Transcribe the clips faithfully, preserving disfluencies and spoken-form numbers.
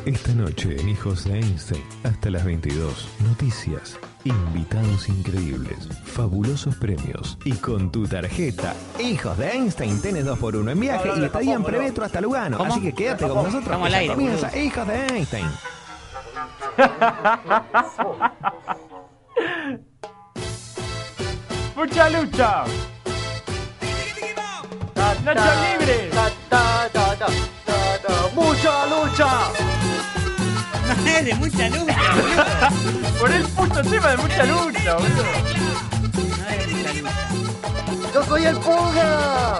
Esta noche en Hijos de Einstein, hasta las veintidós, noticias, invitados increíbles, fabulosos premios y con tu tarjeta Hijos de Einstein tenés dos por uno en viaje No, no, y no, estadía en Japón, Premetro hasta Lugano. ¿Cómo? Así que quédate Japón. con nosotros. Estamos que al ya aire, comienza boludo. Hijos de Einstein. ¡Mucha lucha! ¡Nacho libre! Ta, ta, ta, ta, ta, ta. ¡Mucha lucha! No es de mucha lucha, boludo. Por el puto tema de mucha lucha, boludo. No es de mucha lucha. ¡Yo soy el Pulga!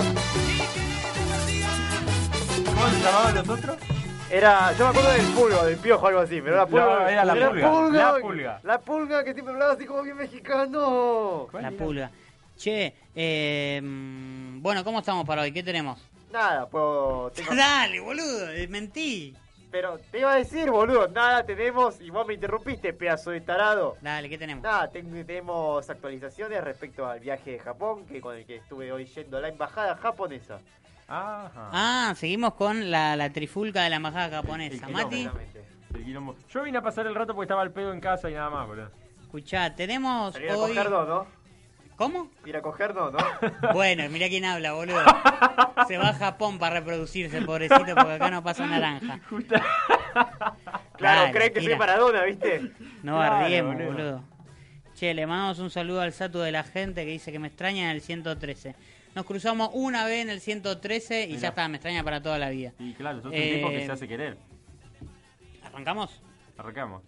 ¿Cómo se llamaban los otros? Era, yo me acuerdo del Pulga, del Piojo, algo así, pero era Pulga. No, era la Pulga, la Pulga. La Pulga que siempre hablaba así como bien mexicano. La pulga. Che, eh, mm, bueno, ¿cómo estamos para hoy? ¿Qué tenemos? Nada, pues... tengo- Dale, boludo, eh, mentí. Pero te iba a decir, boludo, nada tenemos y vos me interrumpiste, pedazo de tarado. Dale, ¿qué tenemos? Nada, ten- tenemos actualizaciones respecto al viaje de Japón, que con el que estuve hoy yendo a la embajada japonesa. Ajá. Ah, seguimos con la, la trifulca de la embajada japonesa. El Mati, Exactamente. El quilombo. Yo vine a pasar el rato porque estaba al pedo en casa y nada más, boludo. escuchá, tenemos Para ir a hoy... coger no, ¿no? ¿Cómo? Ir a coger no, ¿no? Bueno, mirá quién habla, boludo. Se va a Japón para reproducirse, pobrecito, porque acá no pasa naranja. Claro, Dale, creen que tira. soy Maradona, ¿viste? No Claro, barriemos, boludo. boludo. Che, le mandamos un saludo al Satu de la gente que dice que me extraña en el ciento trece. Nos cruzamos una vez en el ciento trece y Mirá. ya está, me extraña para toda la vida. Y claro, sos Eh, un tipo que se hace querer. ¿Arrancamos? Arrancamos.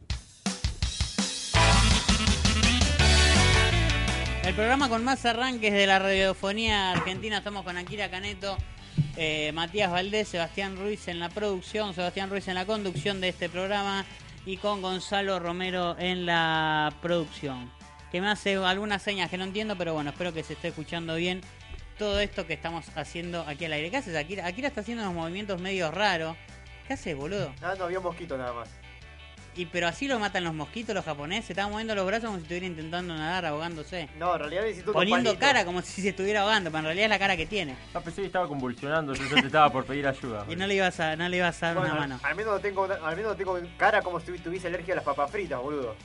El programa con más arranques de la radiofonía argentina. Estamos con Akira Caneto, eh, Matías Valdés, Sebastián Ruiz en la producción, Sebastián Ruiz en la conducción de este programa y con Gonzalo Romero en la producción. Que me hace algunas señas que no entiendo, pero bueno, espero que se esté escuchando bien todo esto que estamos haciendo aquí al aire. ¿Qué haces, Akira? Akira está haciendo unos movimientos medio raros. ¿Qué haces, boludo? Ah, no, había un mosquito nada más. Y pero así lo matan los mosquitos los japoneses. Estaban moviendo los brazos como si estuviera intentando nadar, ahogándose. No, en realidad necesito un Poniendo palito. cara como si se estuviera ahogando, pero en realidad es la cara que tiene. Ah, pensé que estaba convulsionando, yo ya te estaba por pedir ayuda. Y no le ibas a, no le ibas a dar Bueno, una mano. al menos no tengo, al menos no tengo cara como si tuviese alergia a las papas fritas, boludo.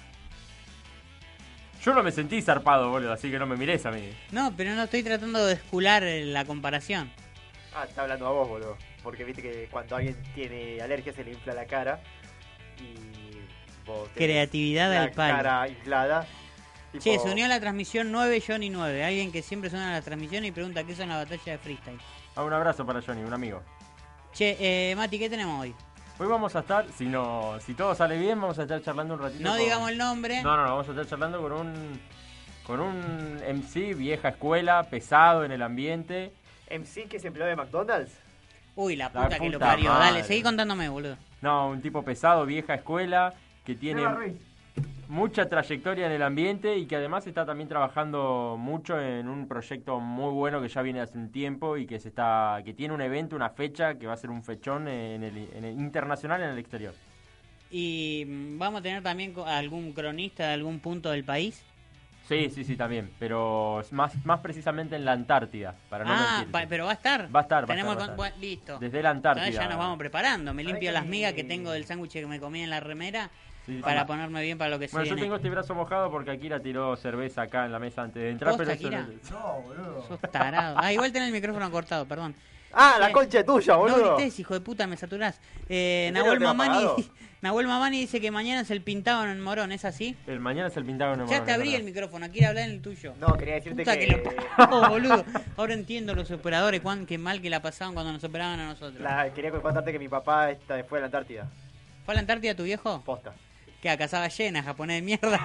Yo no me sentí zarpado, boludo, así que no me mires a mí. No, pero no estoy tratando de escular eh, la comparación. Ah, está hablando a vos, boludo. Porque viste que cuando alguien tiene alergia se le infla la cara. Y vos tenés Creatividad la al palo. cara inflada. Tipo, Che, se unió a la transmisión nueve Johnny nueve. Alguien que siempre suena a la transmisión y pregunta qué son las batallas de freestyle. Ah, un abrazo para Johnny, un amigo. Che, eh, Mati, ¿qué tenemos hoy? Hoy vamos a estar, si no, si todo sale bien, vamos a estar charlando un ratito. No con- digamos el nombre. No, no, no, vamos a estar charlando con un con un M C vieja escuela, pesado en el ambiente. M C que es empleado de McDonald's. Uy, la La puta que lo puta parió. madre. Dale, seguí contándome, boludo. No, un tipo pesado, vieja escuela, que tiene Seba Ruiz. mucha trayectoria en el ambiente y que además está también trabajando mucho en un proyecto muy bueno que ya viene hace un tiempo y que se está que tiene un evento, una fecha que va a ser un fechón en el, en el internacional en el exterior. Y mm, vamos a tener también co- algún cronista de algún punto del país. Sí, sí, sí, también, pero más más precisamente en la Antártida, para no ah, mentirte. va- pero va a estar. Va a estar, va a Tenemos estar, el va a con- estar. bueno, listo. Desde la Antártida. Entonces ya nos vamos preparando. Me limpio Ay, las que- migas que tengo del sándwich que me comí en la remera Sí, sí. para ponerme bien para lo que se Bueno, yo viene. tengo este brazo mojado porque Akira tiró cerveza acá en la mesa antes de entrar, ¿Posta, pero eso Akira? no- No, boludo. Sos tarado. Ah, igual tenés el micrófono cortado, perdón. Ah, la Eh, concha es tuya, No boludo. grites, hijo de puta, me saturás. Eh, ¿En serio Nahuel te lo has Mamani, apagado? Nahuel Mamani dice que mañana es el pintado en Morón, ¿es así? El mañana es el Pentágono. Ya bueno, te es abrí verdad. el micrófono, aquí hablar en el tuyo. No, quería decirte Puta que... que lo oh, boludo. Ahora entiendo los operadores, cuán qué mal que la pasaban cuando nos operaban a nosotros. la- quería contarte que mi papá está, fue a la Antártida. ¿Fue a la Antártida tu viejo? Posta. Que a cazaba llena, japonés de mierda.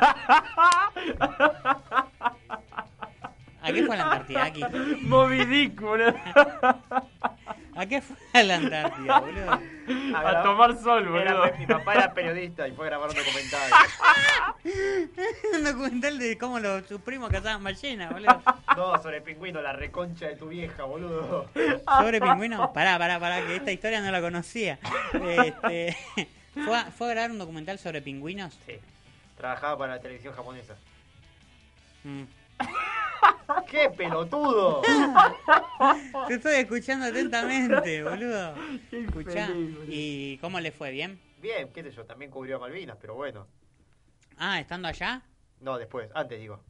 ¿A qué fue a la Antártida? Aquí. Moby Dick, boludo. ¿A qué fue a la Antártida, boludo? A tomar sol, Era- boludo. mi papá era periodista y fue a grabar un documental. Un documental de cómo los, sus primos cazaban ballenas, boludo. No, sobre pingüino, la reconcha de tu vieja, boludo. ¿Sobre pingüinos? Pará, pará, pará, que esta historia no la conocía. Este, ¿fue, a, ¿Fue a grabar un documental sobre pingüinos? Sí. Trabajaba para la televisión japonesa. Mm. ¡Qué pelotudo! Te estoy escuchando atentamente, boludo. Qué Escuchá. infeliz, boludo. ¿Y cómo le fue? ¿Bien? Bien, qué sé yo, también cubrió a Malvinas, pero bueno. Ah, ¿estando allá? No, después, antes digo.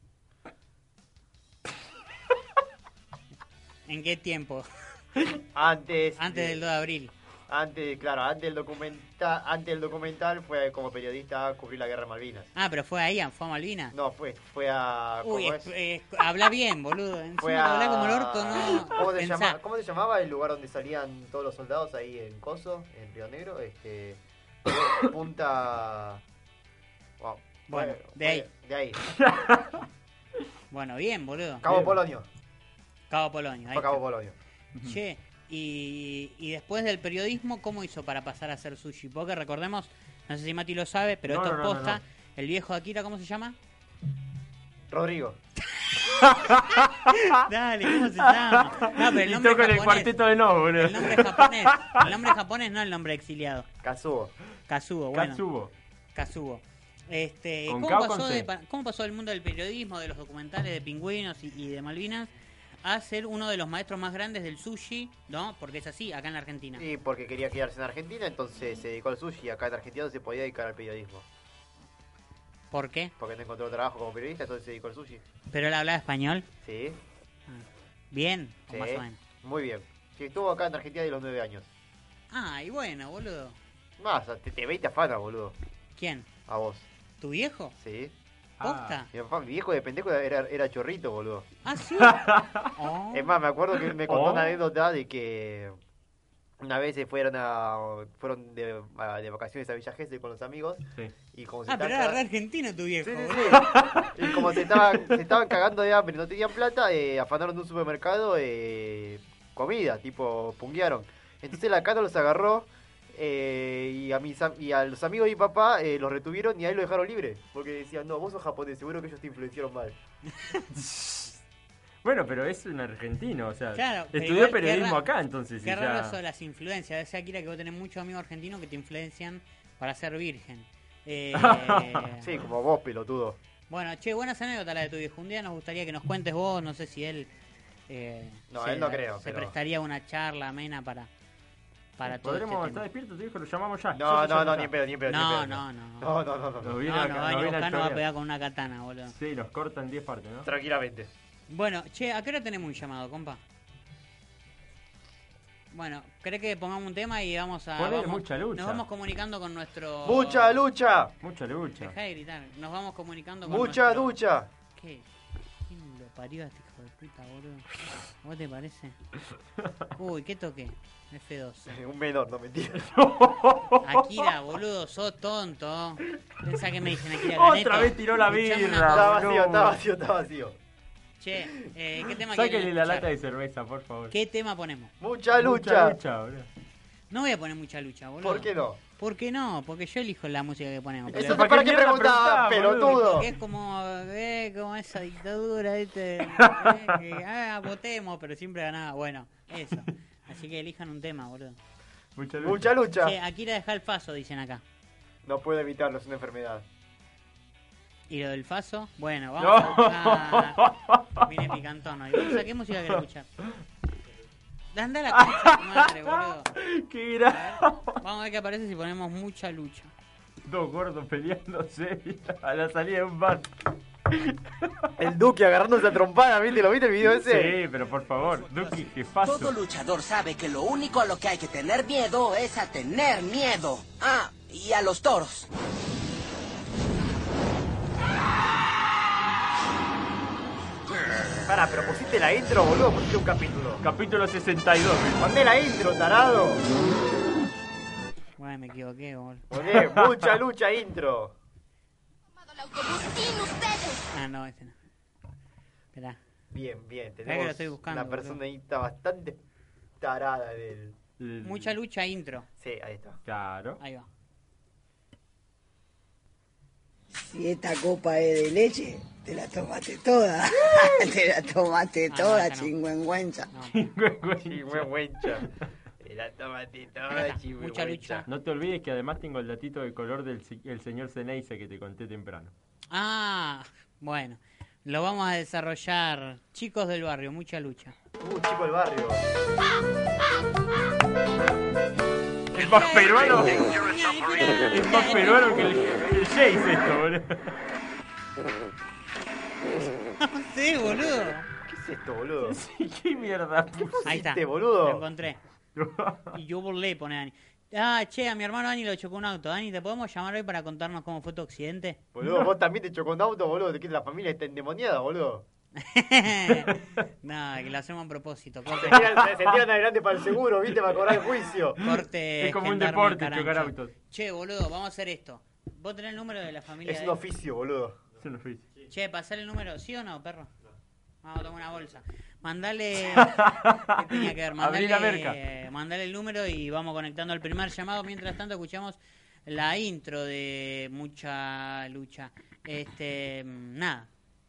¿En qué tiempo? Antes. Antes de- del dos de abril. Antes, claro, antes del documental, antes del documental fue como periodista a cubrir la guerra de Malvinas. Ah, pero fue ahí, fue a Malvinas. No, fue, fue a. Uy, ¿cómo es- es? eh, habla bien, boludo. Encima Fue que a. habla como el orto, no. ¿Cómo se, Pensá. llama, ¿Cómo se llamaba el lugar donde salían todos los soldados ahí en Coso, en Río Negro? Este. Punta. Wow. Bueno, Fue- de ahí. fue De ahí. Bueno, bien, boludo. Cabo Bien. Polonio. Cabo Polonio. Ahí Fue Cabo está. Polonio. Che, y, y después del periodismo, ¿cómo hizo para pasar a hacer sushi? Porque recordemos, no sé si Mati lo sabe, pero No, esto no, es no, posta. no, no. El viejo Akira, ¿cómo se llama? Rodrigo. Dale, ¿cómo se llama? No, pero el Y nombre toca en el japonés. cuarteto de no, boludo. El nombre japonés. El nombre japonés, no el nombre exiliado. Kazuo. Kazuo, bueno. Katsubo. Kazuo. Este, ¿Con ¿cómo, K o pasó con de, C? pa- ¿Cómo pasó del mundo del periodismo, de los documentales de pingüinos y, y de Malvinas a ser uno de los maestros más grandes del sushi, ¿no? Porque es así, acá en la Argentina. Y porque quería quedarse en Argentina, entonces se dedicó al sushi. Acá en Argentina no se podía dedicar al periodismo. ¿Por qué? Porque no encontró trabajo como periodista, entonces se dedicó al sushi. ¿Pero él hablaba español? Sí, ¿Bien? ¿O sí. más o menos? Muy bien. Sí, estuvo acá en Argentina de los nueve años. Ah, y bueno, boludo. Más, te, te veinte afanas, boludo. ¿Quién? A vos. ¿Tu viejo? Sí. ¿Posta? Mi, papá, mi viejo de pendejo era, era chorrito, boludo. ¿Ah, sí? Oh. Es más, me acuerdo que él me contó Oh. una anécdota de que una vez se fueron a fueron de, a- de vacaciones a Villa Gesell con los amigos Sí. y como se Ah, pero estaban era re ca- argentino tu viejo, Sí, sí, boludo. sí. Y como se estaban, se estaban cagando de hambre y no tenían plata, eh, afanaron de un supermercado eh, comida, tipo punguearon. Entonces la Cata los agarró eh, y, a mis, am- y a los amigos de mi papá eh, los retuvieron y ahí lo dejaron libre. Porque decían, no, vos sos japonés, seguro que ellos te influenciaron mal. Bueno, pero es un argentino, o sea, Claro, pero estudió igual, qué periodismo ra- acá, entonces. Qué y raro ya- eso de las influencias. Decía Akira que vos tenés muchos amigos argentinos que te influencian para ser virgen. Eh, Sí, como vos, pelotudo. Bueno, che, buenas anécdotas la de tu viejo. Un día nos gustaría que nos cuentes vos, no sé si él... eh, No, se, él no creo, Se pero- prestaría una charla amena para, para todo este ¿Podremos tema. estar despiertos, tu hijo? Lo llamamos ya. No, Ya, ya, no, ya, no, ya. ni en pedo, ni en pedo, ni en No, pedo. no, no. No, no, no, no. Nos no. viene No, a- no, nos va a ir viene a buscar, nos va a chorear. pegar con una katana, boludo. Sí, nos cortan diez partes, ¿no? Tranquilamente. Bueno, che, ¿a qué hora tenemos un llamado, compa? Bueno, ¿crees que pongamos un tema y vamos a... Ponele vamos- mucha lucha. Nos vamos comunicando con nuestro... ¡Mucha lucha! Mucha lucha. Dejá de gritar. Nos vamos comunicando con ¡Mucha nuestro... ducha! ¿Qué? ¿Quién lo parió a este hijo de puta, boludo? ¿A vos te parece? Uy, ¿qué toqué? F dos. Un menor, no mentira. Akira, boludo, sos tonto. Pensá que me dicen Akira Otra Caneto. vez tiró la Escuchame una birra. cosa. Está vacío, no. está vacío, está vacío. Che, eh, ¿qué tema Sáquenle quieren la escuchar? lata de cerveza, por favor. ¿Qué tema ponemos? ¡Mucha Mucha lucha! lucha, boludo. No voy a poner mucha lucha, boludo. ¿Por qué no? ¿Por qué no? Porque yo elijo la música que ponemos. pero- Eso ¿para es para qué qué mierda preguntaba, preguntás, boludo? pelotudo. Porque es como, eh, como esa dictadura, ¿viste? Eh, que, ah, votemos, pero siempre ganaba. Bueno, eso. Así que elijan un tema, boludo. Mucha lucha. Mucha lucha. Che, Akira deja el faso, dicen acá. No puedo evitarlo, es una enfermedad. ¿Y lo del faso? Bueno, vamos No. a buscar... Viene picantón hoy. Vamos a qué música querés escuchar. Anda la concha de tu madre, boludo. Qué grave. Vamos a ver qué aparece si ponemos mucha lucha. Dos gordos peleándose a la salida de un bar. El Duque agarrándose a trompada, ¿viste? ¿Lo viste el video ese? Sí, pero por favor, Duki, jefazo. Todo luchador sabe que lo único a lo que hay que tener miedo es a tener miedo. Ah, y a los toros. Para, pero pusiste la intro, boludo, pusiste un capítulo. Capítulo sesenta y dos. Mandé la intro, tarado. Bueno, me equivoqué, boludo. Poné mucha lucha intro. El autobús sin ustedes. Ah, no, este no. Esperá. Bien, bien, que tenemos lo estoy buscando, una personita bastante tarada del... Mucha lucha intro. Sí, ahí está. Claro. Ahí va. Si esta copa es de leche, te la tomaste toda. te la tomaste Ah, toda, no, esa no. chingüengüenza. No, Chihuahuencha. La tomate toda, Mucha lucha. chihuahuencha. No te olvides que además tengo el datito de color del se- el señor Ceneice que te conté temprano. Ah, bueno. Lo vamos a desarrollar. Chicos del barrio, mucha lucha. Uh, chico del barrio. Es más peruano. Es más peruano que el, el Jace esto, boludo. No sé, boludo. ¿Qué es esto, boludo? Sí, qué mierda. Ahí está. Este, boludo. Lo encontré. Y yo volé, pone Dani. Ah, che, a mi hermano Dani lo chocó un auto. Dani, ¿te podemos llamar hoy para contarnos cómo fue tu accidente? Boludo, vos también te chocó un auto, boludo. ¿De qué la familia está endemoniada, boludo? No, que lo hacemos a propósito. Se Corte, tiran, se tiran adelante para el seguro, ¿viste? Para cobrar el juicio. corte Es como un gendarme deporte Carancho. chocar autos. Che, boludo, vamos a hacer esto. ¿Vos tenés el número de la familia? Es de un él? oficio, boludo. Es un oficio. Che, pasar el número, ¿sí o no, perro? Vamos a tomar una bolsa. Mandale. ¿Qué tenía que ver? Abrí la Mandale, merca. eh, mandale el número y vamos conectando al primer llamado. Mientras tanto, escuchamos la intro de Mucha Lucha. Este. Nada.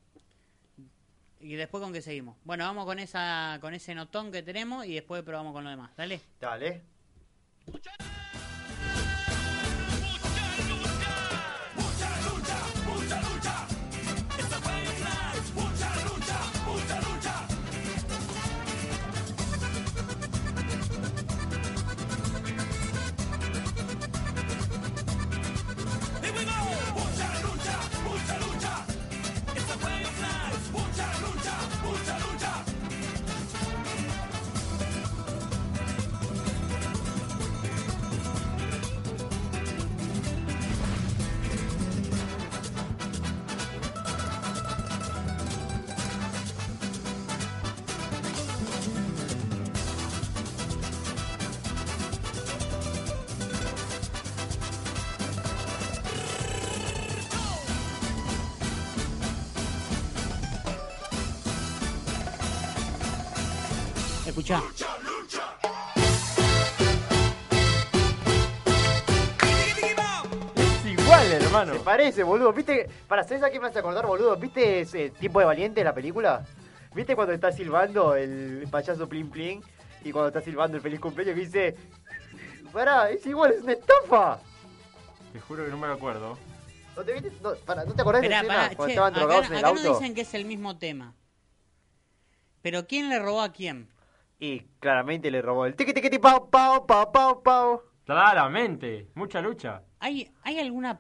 Y después, ¿con qué seguimos? Bueno, vamos con esa con ese notón que tenemos y después probamos con lo demás. Dale. Dale. Escuchá. Es igual, hermano. Se parece, boludo. ¿Viste? Para hacer a qué me hace acordar, boludo. ¿Viste ese Tiempo de Valiente, la película? ¿Viste cuando está silbando el payaso Plin Plin? Y cuando está silbando el feliz cumpleaños que dice... Pará, es igual, es una estafa. Te juro que no me acuerdo. ¿No te, viste? No, pará, ¿no te acordás Esperá, de la escena pará, cuando che, estaban acá, drogados en el acá auto? nos dicen que es el mismo tema. Pero ¿quién le robó a quién? Y claramente le robó el tiqui tiqui ti pau pau pau pau pau. Claramente. Mucha lucha. ¿Hay, ¿Hay alguna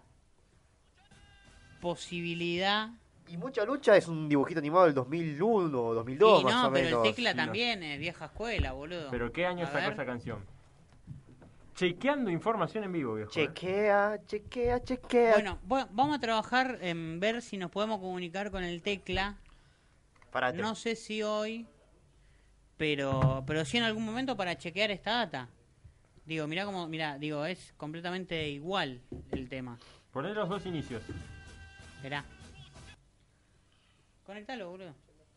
posibilidad? Y Mucha Lucha es un dibujito animado del dos mil uno o dos mil dos, Sí, más no, o pero menos. el Tecla sí, también es vieja escuela, boludo. ¿Pero qué año A sacó ver. esa canción? Chequeando información en vivo, viejo. eh. Chequea, chequea, chequea. Bueno, vo- vamos a trabajar en ver si nos podemos comunicar con el Tecla. Parate. No sé si hoy, pero pero sí en algún momento para chequear esta data. Digo, mirá cómo, mirá, digo, es completamente igual el tema. Poné los dos inicios. Esperá. Conectalo, boludo.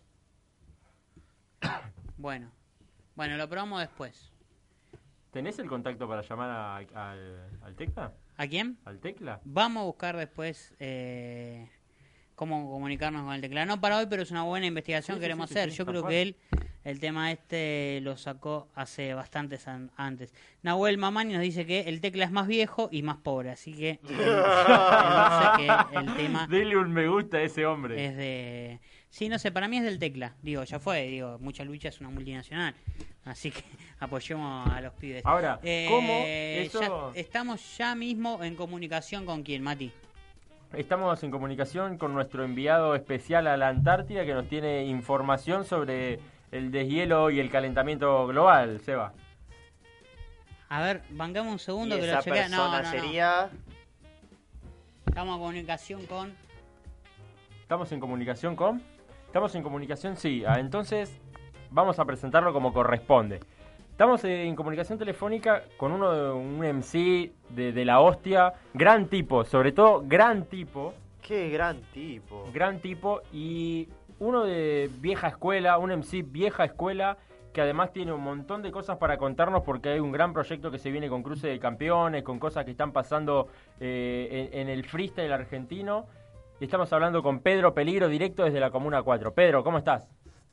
Bueno. Bueno, lo probamos después. ¿Tenés el contacto para llamar a- al, al Tecla? ¿A quién? ¿Al Tecla? Vamos a buscar después eh, cómo comunicarnos con el Tecla. No para hoy, pero es una buena investigación Sí, que sí, queremos sí, sí, hacer. sí, Yo tal creo cual. que él, el tema este, lo sacó hace bastantes an- antes. Nahuel Mamani nos dice que el Tecla es más viejo y más pobre, así que él, él dice que el tema Dele un me gusta a ese hombre. es de... Sí, no sé, para mí es del Tecla. Digo, ya fue, digo, Mucha Lucha es una multinacional. Así que apoyemos a los pibes. Ahora, ¿cómo Eh, eso- ya- estamos ya mismo en comunicación con quién, Mati. Estamos en comunicación con nuestro enviado especial a la Antártida que nos tiene información sobre el deshielo y el calentamiento global, Seba. A ver, bancamos un Y segundo que esa lo chequea. No, persona no, no. sería... Estamos en comunicación con... ¿Estamos en comunicación con? ¿Estamos en comunicación? Sí. Ah, entonces vamos a presentarlo como corresponde. Estamos en comunicación telefónica con uno de un M C de, de la hostia, gran tipo, sobre todo gran tipo, Qué gran tipo. gran tipo y uno de vieja escuela, un M C vieja escuela que además tiene un montón de cosas para contarnos porque hay un gran proyecto que se viene con Cruce de Campeones, con cosas que están pasando eh, en, en el freestyle argentino. Y estamos hablando con Pedro Peligro, directo desde la Comuna cuatro. Pedro, ¿cómo estás?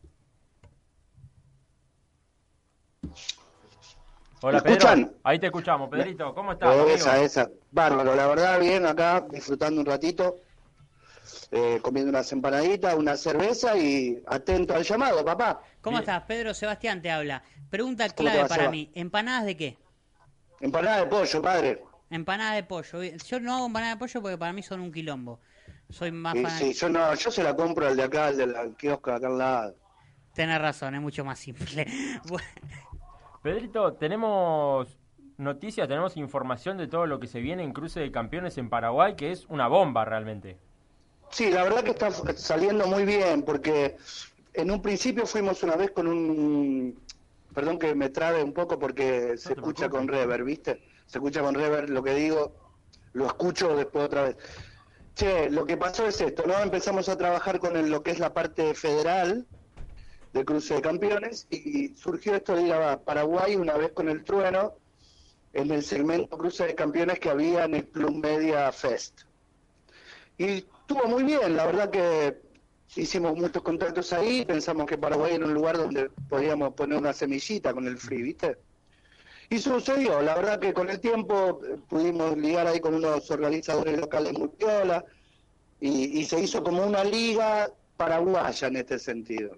Hola, ¿Me Pedro. escuchan? Ahí te escuchamos. Pedrito, ¿cómo estás, Esa, amigo? esa. Bárbaro, la verdad, bien acá, disfrutando un ratito. eh, comiendo unas empanaditas, una cerveza y atento al llamado, papá. ¿Cómo Bien. estás? Pedro Sebastián te habla. Pregunta ¿Cómo te clave va, para Seba? mí. ¿Empanadas de qué? Empanada de pollo, padre. Empanadas de pollo. Yo no hago empanadas de pollo porque para mí son un quilombo. Soy más Sí, fan... sí, yo no, yo se la compro al de acá, al del al kiosco de acá al lado. Tenés razón, es mucho más simple. Bueno, Pedrito, tenemos noticias, tenemos información de todo lo que se viene en Cruce de Campeones en Paraguay, que es una bomba realmente. Sí, la verdad que está saliendo muy bien, porque en un principio fuimos una vez con un... Perdón que me trabe un poco porque se te escucha preocupes. con reverb, ¿viste? Se escucha con reverb lo que digo, lo escucho después otra vez. Che, lo que pasó es esto, ¿no? Empezamos a trabajar con el- lo que es la parte federal de Cruce de Campeones y surgió esto de ir a Paraguay una vez con el Trueno en el segmento Cruce de Campeones que había en el Club Media Fest. Y estuvo muy bien, la verdad que hicimos muchos contactos ahí, pensamos que Paraguay era un lugar donde podíamos poner una semillita con el free, ¿viste? Y sucedió, la verdad que con el tiempo eh, pudimos ligar ahí con unos organizadores locales muy piola y, y se hizo como una liga paraguaya en este sentido.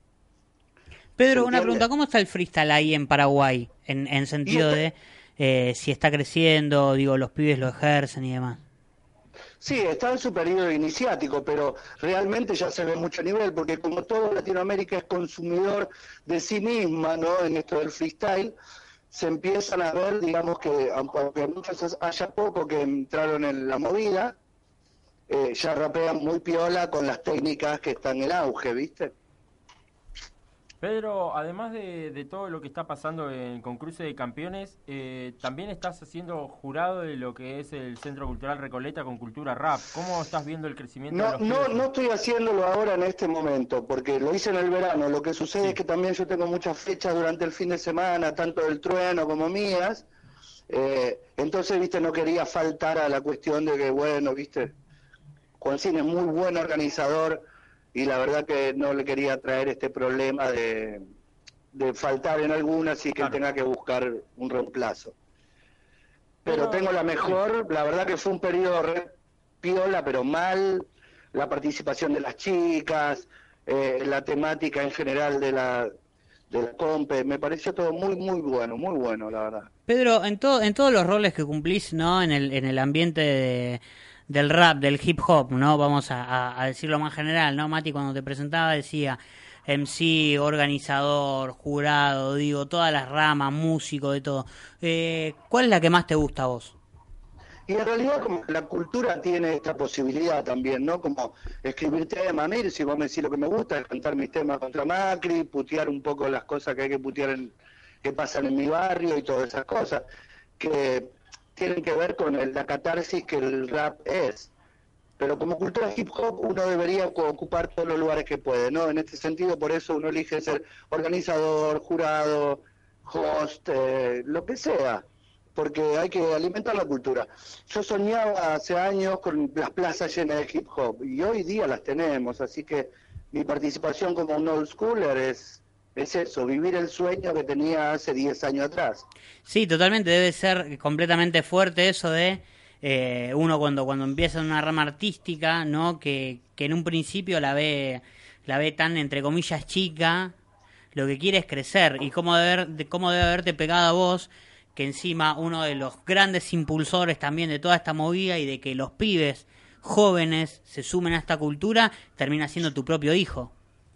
Pedro, ¿Se una entiende? pregunta. ¿Cómo está el freestyle ahí en Paraguay? En, en sentido Y- de eh, si está creciendo, digo, los pibes lo ejercen y demás. Sí, está en su periodo iniciático, pero realmente ya se ve mucho nivel, porque como todo Latinoamérica es consumidor de sí misma, ¿no? En esto del freestyle, se empiezan a ver, digamos que, aunque muchos haya poco que entraron en la movida, eh, ya rapean muy piola con las técnicas que están en auge, ¿viste? Pedro, además de, de todo lo que está pasando en, con Cruce de Campeones, eh, también estás haciendo jurado de lo que es el Centro Cultural Recoleta con Cultura Rap. ¿Cómo estás viendo el crecimiento de No, los no, pibes? no estoy haciéndolo ahora en este momento, porque lo hice en el verano. Lo que sucede Sí. es que también yo tengo muchas fechas durante el fin de semana, tanto del Trueno como mías. Eh, entonces, viste, no quería faltar a la cuestión de que, bueno, viste, Juancín es muy buen organizador y la verdad que no le quería traer este problema de, de faltar en algunas y que Claro. tenga que buscar un reemplazo. Pero Pero- tengo la mejor, la verdad que fue un periodo re piola, pero mal, la participación de las chicas, eh, la temática en general de la, de la compe, me pareció todo muy, muy bueno, muy bueno, la verdad. Pedro, en todo, en todos los roles que cumplís, ¿no? En el, en el ambiente de- del rap, del hip hop, ¿no? Vamos a, a- a decirlo más general, ¿no? Mati, cuando te presentaba decía M C, organizador, jurado, digo, todas las ramas, músico, de todo. Eh, ¿cuál es la que más te gusta a vos? Y en realidad como que la cultura tiene esta posibilidad también, ¿no? Como escribir temas, mire, si vos me decís lo que me gusta es cantar mis temas contra Macri, putear un poco las cosas que hay que putear en, que pasan en mi barrio y todas esas cosas, que tienen que ver con el- la catarsis que el rap es. Pero como cultura hip hop uno debería co- ocupar todos los lugares que puede, ¿no? En este sentido, por eso uno elige ser organizador, jurado, host, eh, lo que sea, porque hay que alimentar la cultura. Yo soñaba hace años con las plazas llenas de hip hop y hoy día las tenemos, así que mi participación como un old schooler es, es eso, vivir el sueño que tenía hace diez años atrás. Sí, totalmente, debe ser completamente fuerte eso de eh, uno cuando cuando empieza en una rama artística, ¿no? Que, que en un principio la ve la ve tan entre comillas chica, lo que quiere es crecer y cómo debe haber- de cómo debe haberte pegado a vos que encima uno de los grandes impulsores también de toda esta movida y de que los pibes jóvenes se sumen a esta cultura, termina siendo tu propio hijo.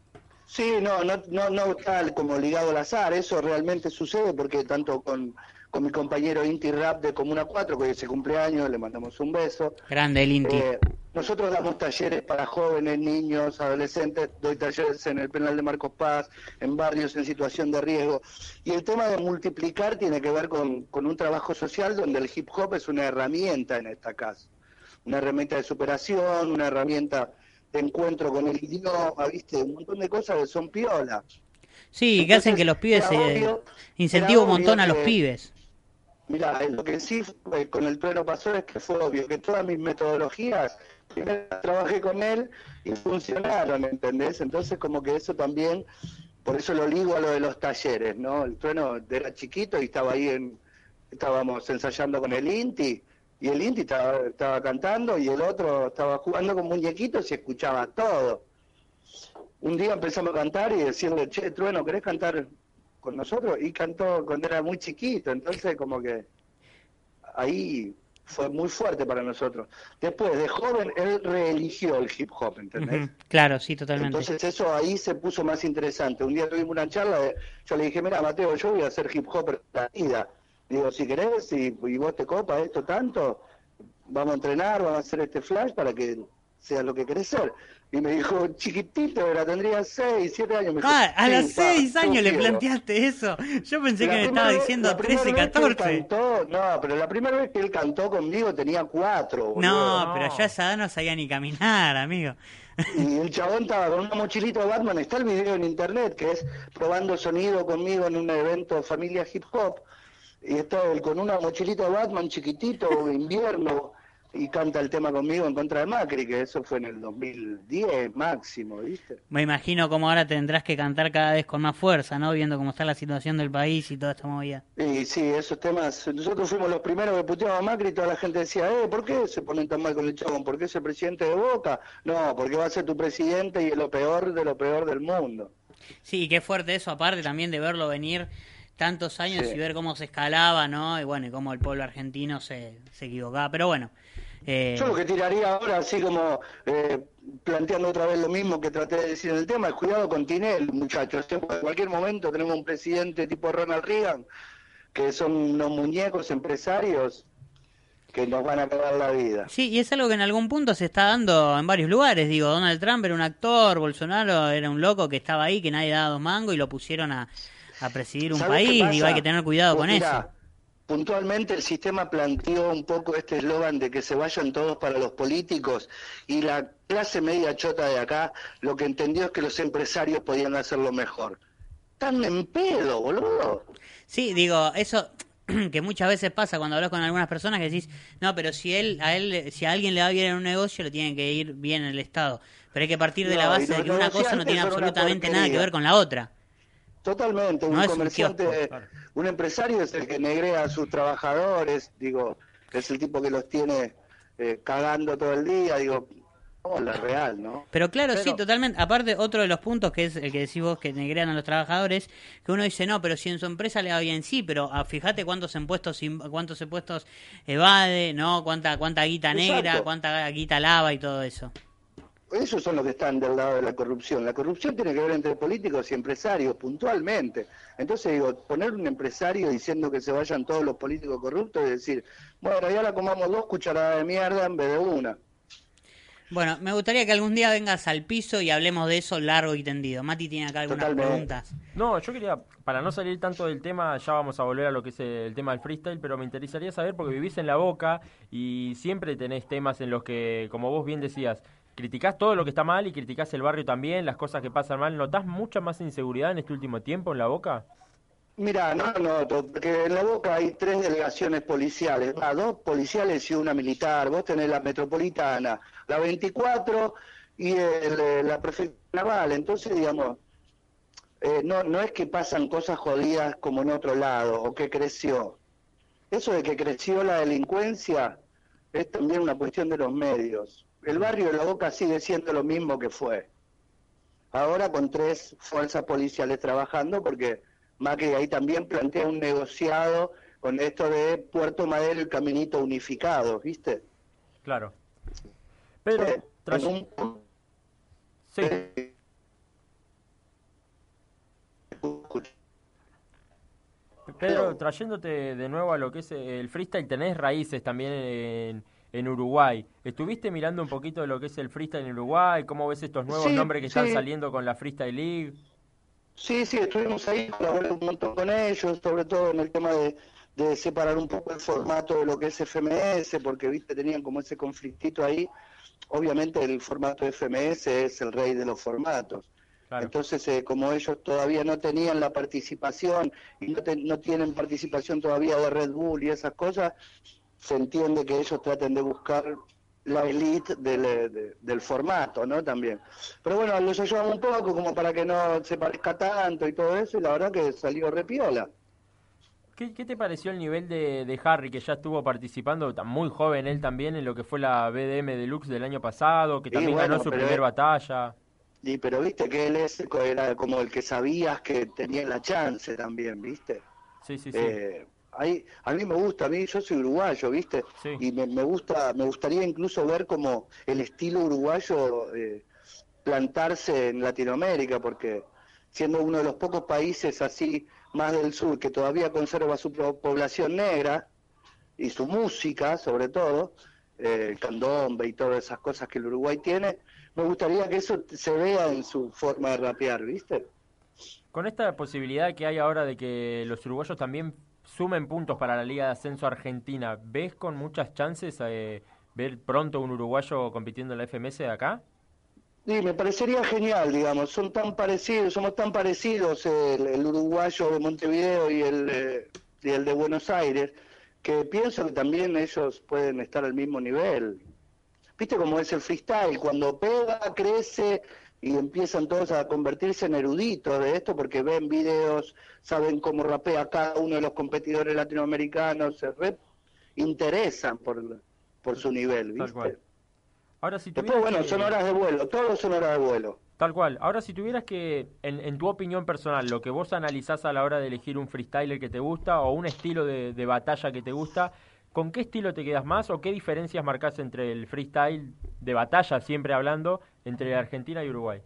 Sí, no, no, no, no está como ligado al azar, eso realmente sucede porque tanto con, con mi compañero Inti Rap de Comuna cuatro, que hoy es su cumpleaños, le mandamos un beso. Grande el Inti. Eh, nosotros damos talleres para jóvenes, niños, adolescentes, doy talleres en el penal de Marcos Paz, en barrios en situación de riesgo. Y el tema de multiplicar tiene que ver con, con un trabajo social donde el hip hop es una herramienta en esta casa. Una herramienta de superación, una herramienta de encuentro con el idioma, ¿viste? Un montón de cosas que son piola. Sí, que hacen Entonces, que los pibes era se obvio- incentiva un era montón a obvio los que- pibes. Mira, lo que sí fue con el Trueno pasó es que fue obvio que todas mis metodologías, primero trabajé con él y funcionaron, ¿entendés? Entonces como que eso también, por eso lo ligo a lo de los talleres, ¿no? El Trueno era chiquito y estaba ahí, en, estábamos ensayando con el Inti Y el Inti estaba, estaba cantando y el otro estaba jugando con muñequitos y escuchaba todo. Un día empezamos a cantar y decirle, che, Trueno, ¿querés cantar con nosotros? Y cantó cuando era muy chiquito, entonces como que ahí fue muy fuerte para nosotros. Después, de joven, él reeligió el hip hop, ¿entendés? Uh-huh. Claro, sí, totalmente. Entonces eso ahí se puso más interesante. Un día tuvimos una charla, de, yo le dije, mira, Mateo, yo voy a hacer hip hop en la vida. Digo, si querés, y, y vos te copas esto tanto, vamos a entrenar, vamos a hacer este flash para que sea lo que querés ser. Y me dijo, chiquitito, era, tendría seis, siete años. Me dijo, ah, a sí, los seis pa, años le quiero. planteaste eso. Yo pensé La que me primera estaba vez- diciendo la primera trece, vez que él catorce. cantó, no, pero la primera vez que él cantó conmigo tenía cuatro, boludo. No, No. pero yo a esa edad no sabía ni caminar, amigo. Y el chabón estaba con una mochilita de Batman, está el video en internet, que es probando sonido conmigo en un evento familia hip hop, y está él con una mochilita de Batman chiquitito, invierno, y canta el tema conmigo en contra de Macri, que eso fue en el dos mil diez máximo, ¿viste? Me imagino cómo ahora tendrás que cantar cada vez con más fuerza, ¿no? Viendo cómo está la situación del país y toda esta movida. Y sí, esos temas, nosotros fuimos los primeros que puteábamos a Macri y toda la gente decía, eh, ¿por qué se ponen tan mal con el chabón? ¿Por qué es el presidente de Boca? No, porque va a ser tu presidente y es lo peor de lo peor del mundo. Sí, y qué fuerte eso, aparte también de verlo venir tantos años Sí. y ver cómo se escalaba, ¿no? Y bueno, y cómo el pueblo argentino se, se equivocaba. Pero bueno. Eh... Yo lo que tiraría ahora, así como eh, planteando otra vez lo mismo que traté de decir en el tema, es cuidado con Tinel, muchachos. En cualquier momento tenemos un presidente tipo Ronald Reagan, que son unos muñecos empresarios que nos van a acabar la vida. Sí, y es algo que en algún punto se está dando en varios lugares. Digo, Donald Trump era un actor, Bolsonaro era un loco que estaba ahí, que nadie daba dos mangos y lo pusieron a, a presidir un ¿Sabés qué país. pasa? Digo, hay que tener cuidado Pues con mirá, eso. puntualmente el sistema planteó un poco este eslogan de que se vayan todos para los políticos y la clase media chota de acá lo que entendió es que los empresarios podían hacerlo mejor. Están en pedo, boludo. Sí, digo, eso que muchas veces pasa cuando hablas con algunas personas que decís, no, pero si él, a él, si a alguien le va bien en un negocio, le tiene que ir bien en el Estado. Pero hay que partir de No, la y base los de que una cosa no negociantes tiene son una absolutamente nada que porquería. ver con la otra. Totalmente, un No es un comerciante, kiosco, claro. un empresario es el que negrea a sus trabajadores, digo, es el tipo que los tiene eh, cagando todo el día, digo, oh, la real, ¿no? Pero claro, Pero- sí, totalmente. Aparte, otro de los puntos que es el que decís vos que negrean a los trabajadores, que uno dice, no, pero si en su empresa le va bien, sí, pero ah, fíjate cuántos impuestos im- cuántos impuestos evade, ¿no? Cuánta cuánta guita negra, Exacto. cuánta guita lava y todo eso. Esos son los que están del lado de la corrupción. La corrupción tiene que ver entre políticos y empresarios, puntualmente. Entonces, digo, poner un empresario diciendo que se vayan todos los políticos corruptos y decir, bueno, ya la comamos dos cucharadas de mierda en vez de una. Bueno, me gustaría que algún día vengas al piso y hablemos de eso largo y tendido. Mati tiene acá algunas Totalmente. preguntas. No, yo quería, para no salir tanto del tema, ya vamos a volver a lo que es el tema del freestyle, pero me interesaría saber, porque vivís en La Boca y siempre tenés temas en los que, como vos bien decías, criticás todo lo que está mal y criticás el barrio también, las cosas que pasan mal. ¿Notás mucha más inseguridad en este último tiempo en La Boca? Mira, no noto, porque en La Boca hay tres delegaciones policiales, ah, dos policiales y una militar. Vos tenés la metropolitana, la veinticuatro y el, eh, la prefectura naval. Entonces, digamos, eh, no, no es que pasan cosas jodidas como en otro lado, o que creció. Eso de que creció la delincuencia es también una cuestión de los medios. El barrio de La Boca sigue siendo lo mismo que fue. Ahora con tres fuerzas policiales trabajando, porque Macri ahí también plantea un negociado con esto de Puerto Madero y Caminito unificado, ¿viste? Claro. Pero, Eh, tras- en un- sí. Pedro, trayéndote de nuevo a lo que es el freestyle, tenés raíces también en, en Uruguay. ¿Estuviste mirando un poquito de lo que es el freestyle en Uruguay? ¿Cómo ves estos nuevos Sí, nombres que están sí. saliendo con la Freestyle League? Sí, sí, estuvimos ahí colaborando un montón con ellos, sobre todo en el tema de, de separar un poco el formato de lo que es F M S, porque, viste, tenían como ese conflictito ahí. Obviamente el formato F M S es el rey de los formatos. Claro. Entonces, eh, como ellos todavía no tenían la participación y no, te- no tienen participación todavía de Red Bull y esas cosas, se entiende que ellos traten de buscar la elite del, eh, de- del formato, ¿no? También. Pero bueno, los ayudamos un poco como para que no se parezca tanto y todo eso, y la verdad que salió repiola. ¿Qué, ¿Qué te pareció el nivel de, de Harry, que ya estuvo participando, tan muy joven él también, en lo que fue la B D M Deluxe del año pasado, que Sí, también bueno, ganó su pero primer él- batalla? Y pero viste que él es, era como el que sabías que tenía la chance también, ¿viste? Sí, sí, sí. Eh, ahí, a mí me gusta, a mí yo soy uruguayo, ¿viste? Sí. Y me, me gusta, me gustaría incluso ver como el estilo uruguayo eh, plantarse en Latinoamérica, porque siendo uno de los pocos países así más del sur que todavía conserva su po- población negra y su música, sobre todo, eh, el candombe y todas esas cosas que el Uruguay tiene, me gustaría que eso se vea en su forma de rapear, ¿viste? Con esta posibilidad que hay ahora de que los uruguayos también sumen puntos para la Liga de Ascenso Argentina, ¿ves con muchas chances eh, ver pronto un uruguayo compitiendo en la F M S de acá? Sí, me parecería genial, digamos, son tan parecidos, somos tan parecidos el, el uruguayo de Montevideo y el, eh, y el de Buenos Aires, que pienso que también ellos pueden estar al mismo nivel. ¿Viste cómo es el freestyle? Cuando pega, crece y empiezan todos a convertirse en eruditos de esto porque ven videos, saben cómo rapea cada uno de los competidores latinoamericanos, se re interesan por, por su nivel, Tal cual. ¿viste? Ahora, si Después, tuvieras bueno, son que... horas de vuelo, todos son horas de vuelo. Tal cual. Ahora, si tuvieras que, en, en tu opinión personal, lo que vos analizás a la hora de elegir un freestyler que te gusta o un estilo de, de batalla que te gusta, ¿con qué estilo te quedas más o qué diferencias marcás entre el freestyle de batalla, siempre hablando, entre Argentina y Uruguay?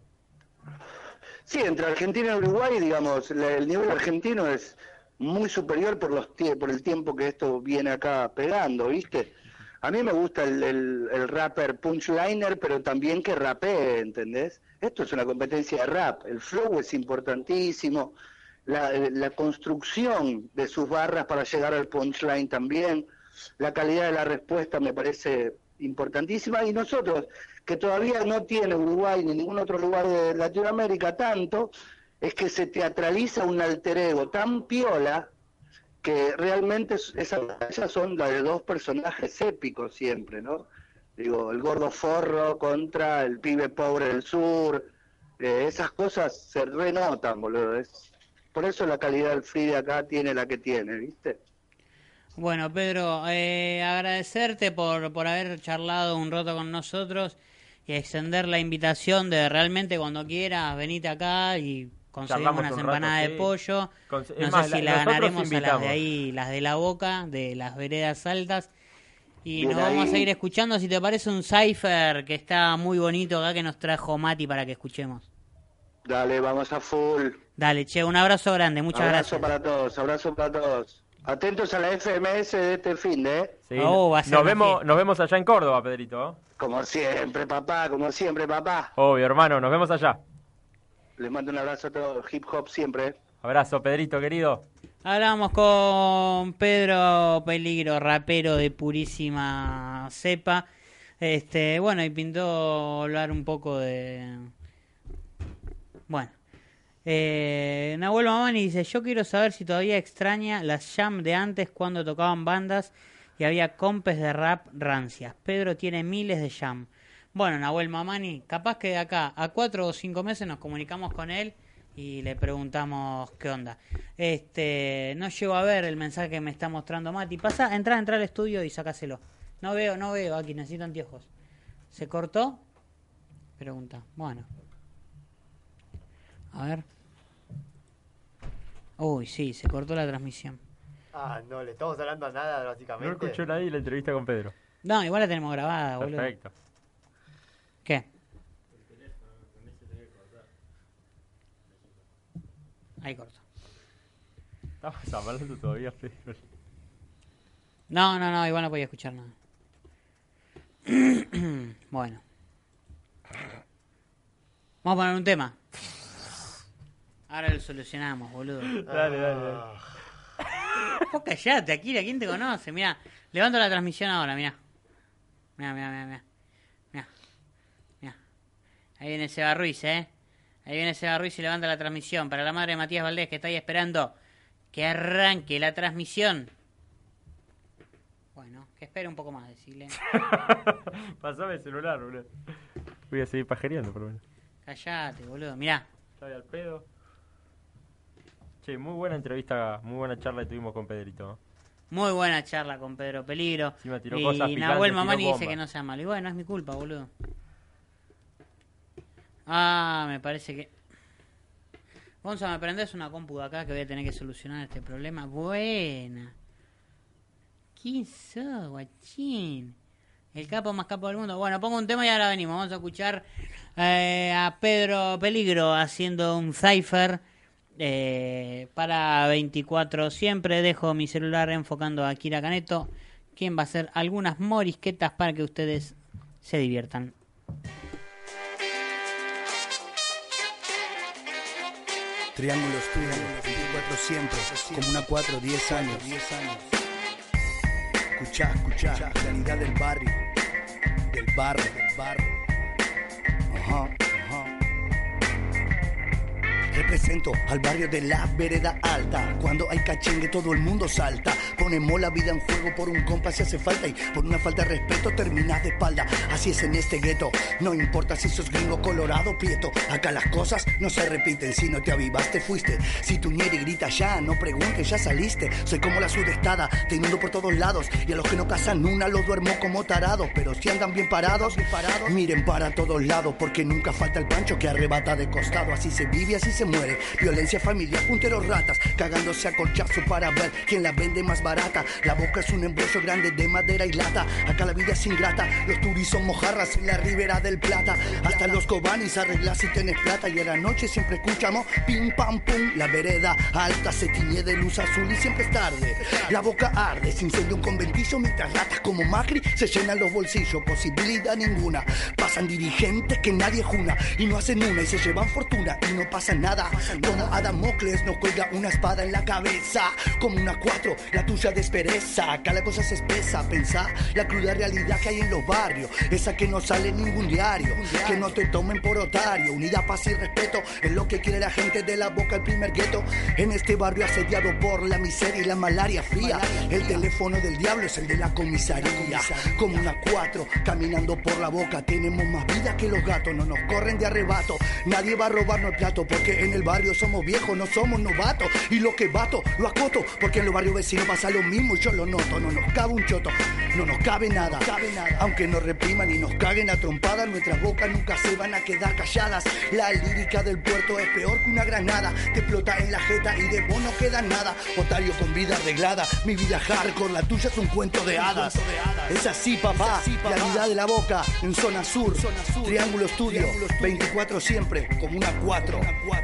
Sí, entre Argentina y Uruguay, digamos, la- el nivel argentino es muy superior por los tie- por el tiempo que esto viene acá pegando, ¿viste? A mí me gusta el, el, el rapper punchliner, pero también que rapee, ¿entendés? Esto es una competencia de rap, el flow es importantísimo, la, eh, la construcción de sus barras para llegar al punchline también, la calidad de la respuesta me parece importantísima, y nosotros, que todavía no tiene Uruguay ni ningún otro lugar de Latinoamérica tanto, es que se teatraliza un alter ego tan piola que realmente es- esas batallas son las de dos personajes épicos siempre, ¿no? Digo, el gordo forro contra el pibe pobre del sur, eh, esas cosas se renotan, boludo. Es, por eso la calidad del free de acá tiene la que tiene, ¿viste? Bueno, Pedro, eh, agradecerte por, por haber charlado un rato con nosotros y extender la invitación de realmente cuando quieras venite acá y conseguimos Charlamos unas un empanadas rato, de sí. pollo. Con- es No más, sé si la- la nosotros ganaremos a las de invitamos. ahí, las de la Boca, de las veredas altas. Y Bien nos vamos a ahí. seguir escuchando, si te parece, un cipher que está muy bonito acá que nos trajo Mati para que escuchemos. Dale, vamos a full. Dale, che, un abrazo grande, muchas Abrazo gracias. para todos, abrazo para todos. Atentos a la F M S de este fin de, ¿eh? Sí, Oh, va a ser nos, una vemos, fiesta. nos vemos allá en Córdoba, Pedrito. Como siempre, papá, como siempre, papá. Obvio, hermano, nos vemos allá. Les mando un abrazo a todos, hip hop siempre. ¿eh? Abrazo, Pedrito, querido. Hablamos con Pedro Peligro, rapero de purísima cepa. Este, bueno, y pintó hablar un poco de... Bueno. Eh, Nahuel Mamani dice, yo quiero saber si todavía extraña las jam de antes cuando tocaban bandas y había compes de rap rancias. Pedro tiene miles de jam. Bueno, Nahuel Mamani, capaz que de acá a cuatro o cinco meses nos comunicamos con él y le preguntamos qué onda. Este, no llego a ver el mensaje que me está mostrando Mati. Pasa, entra, entra al estudio y sacáselo. No veo, no veo aquí, necesito anteojos. ¿Se cortó? Pregunta. Bueno. A ver. Uy, sí, se cortó la transmisión. Ah, no, le estamos hablando a nada, básicamente. No escuchó nadie la entrevista con Pedro. No, igual la tenemos grabada, boludo. Perfecto. ¿Qué? Ahí corto. Estamos hablando todavía, Pedro. No, no, no, igual no podía escuchar nada. Bueno. Vamos a poner un tema. Ahora lo solucionamos, boludo. Dale, dale, dale. Vos callate, Akira, ¿quién te conoce? Mirá, levanto la transmisión ahora, mirá. Mirá, mirá, mirá, mirá. Mirá, mirá. Ahí viene Seba Ruiz, ¿eh? Ahí viene Seba Ruiz y levanta la transmisión. Para la madre de Matías Valdés, que está ahí esperando que arranque la transmisión. Bueno, que espere un poco más, decirle. Pasame el celular, boludo. Voy a seguir pajereando, por lo menos. Callate, boludo, mirá. Ya voy al pedo. Che, muy buena entrevista, muy buena charla que tuvimos con Pedrito. Muy buena charla con Pedro Peligro. Sí, me tiró y cosas picantes, Nahuel tiró Mamani dice bomba. que no sea malo. Y bueno, es mi culpa, boludo. Ah, me parece que... Gonza, ¿me prendés una compu de acá que voy a tener que solucionar este problema? Buena. ¿Quién sos, guachín? El capo más capo del mundo. Bueno, pongo un tema y ahora venimos. Vamos a escuchar eh, a Pedro Peligro haciendo un cipher eh, para veinticuatro. Siempre dejo mi celular enfocando a Kira Caneto, quien va a hacer algunas morisquetas para que ustedes se diviertan. Triángulos, triángulos, veinticuatro siempre, como una cuatro, diez años. Escuchá, escuchá, realidad del barrio, del barrio, del barrio. Ajá, ajá. Represento al barrio de la vereda alta. Cuando hay cachengue todo el mundo salta. Ponemos la vida en juego por un compa si hace falta. Y por una falta de respeto terminas de espalda. Así es en este gueto. No importa si sos gringo, colorado, prieto. Acá las cosas no se repiten. Si no te avivas te fuiste. Si tu ñeri grita ya, no preguntes, ya saliste. Soy como la sudestada, te inundo por todos lados. Y a los que no cazan una los duermo como tarados. Pero si andan bien parados, bien parados, miren para todos lados. Porque nunca falta el pancho que arrebata de costado. Así se vive, así se muere. Violencia familiar, punteros ratas, cagándose a colchazo para ver quién la vende más barata. La boca es un embolso grande de madera y lata. Acá la vida es ingrata, los turis son mojarras en la ribera del Plata. Hasta los cobanis arreglas si tenés plata. Y a la noche siempre escuchamos pim pam pum. La vereda alta se tiñe de luz azul y siempre es tarde. La boca arde, se incendia un conventillo mientras ratas como Macri se llenan los bolsillos. Posibilidad ninguna, pasan dirigentes que nadie juna y no hacen una y se llevan fortuna y no pasa nada. Como Adamocles nos cuelga una espada en la cabeza. Como una cuatro, la tuya despereza. Acá la cosa se espesa, pensá la cruda realidad que hay en los barrios. Esa que no sale en ningún diario. Que no te tomen por otario. Unidad, paz y respeto es lo que quiere la gente de la boca, el primer gueto. En este barrio asediado por la miseria y la malaria fría. El teléfono del diablo es el de la comisaría. Como una cuatro, caminando por la boca. Tenemos más vida que los gatos, no nos corren de arrebato. Nadie va a robarnos el plato porque en el barrio somos viejos, no somos novatos. Y lo que bato, lo acoto, porque en los barrios vecinos pasa lo mismo y yo lo noto. No nos cabe un choto, no nos cabe nada, cabe nada. Aunque nos repriman y nos caguen a trompadas, nuestras bocas nunca se van a quedar calladas. La lírica del puerto es peor que una granada. Te explota en la jeta y de vos no queda nada. Otario con vida arreglada, mi vida hardcore, la tuya es un cuento de hadas. Es así, papá, realidad de la boca, en zona sur, Triángulo Estudio, veinticuatro siempre, como una cuatro.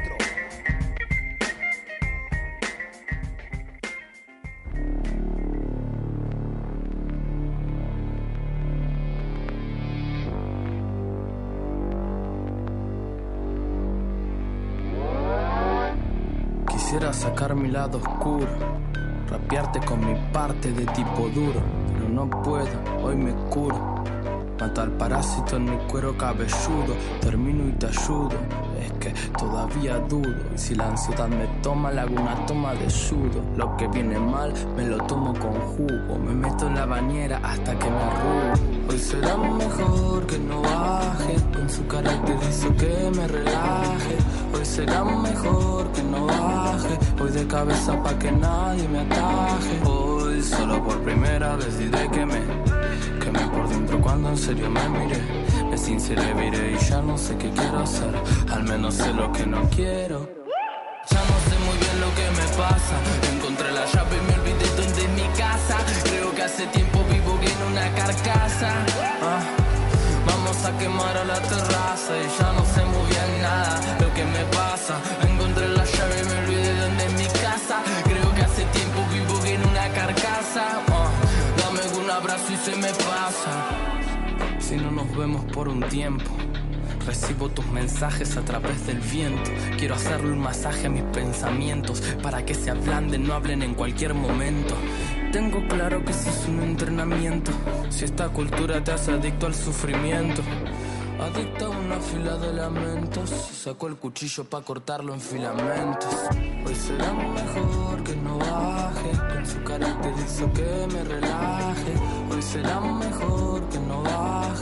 Quisiera sacar mi lado oscuro, rapearte con mi parte de tipo duro, pero no puedo, hoy me curo. Mato al parásito en mi cuero cabelludo, termino y te ayudo, es que todavía dudo. Y si la ansiedad me toma, le hago una toma de sudo. Lo que viene mal, me lo tomo con jugo. Me meto en la bañera hasta que me arrugo. Hoy será mejor que no baje, con su carácter hizo que me relaje. Hoy será mejor que no baje, hoy de cabeza pa' que nadie me ataje. Hoy solo por primera vez diré que me quemé por dentro cuando en serio me miré. Me sinceré, viré y ya no sé qué quiero hacer. Al menos sé lo que no quiero. Ya no sé muy bien lo que me pasa. Encontré la llave y me olvidé dónde es mi casa. Creo que hace tiempo vivo en una carcasa. Ah, vamos a quemar a la terraza y ya no sé muy bien nada lo que me pasa. Encontré la llave y me olvidé dónde es mi casa. Creo que hace tiempo vivo en una carcasa. Ah, dame un abrazo y se me pasa. Si no nos vemos por un tiempo, recibo tus mensajes a través del viento. Quiero hacerle un masaje a mis pensamientos para que se ablanden, no hablen en cualquier momento. Tengo claro que si es un entrenamiento, si esta cultura te hace adicto al sufrimiento, adicto a una fila de lamentos, saco el cuchillo pa' cortarlo en filamentos. Hoy será mejor que no baje, con su carácter hizo que me relaje. Hoy será mejor que no baje,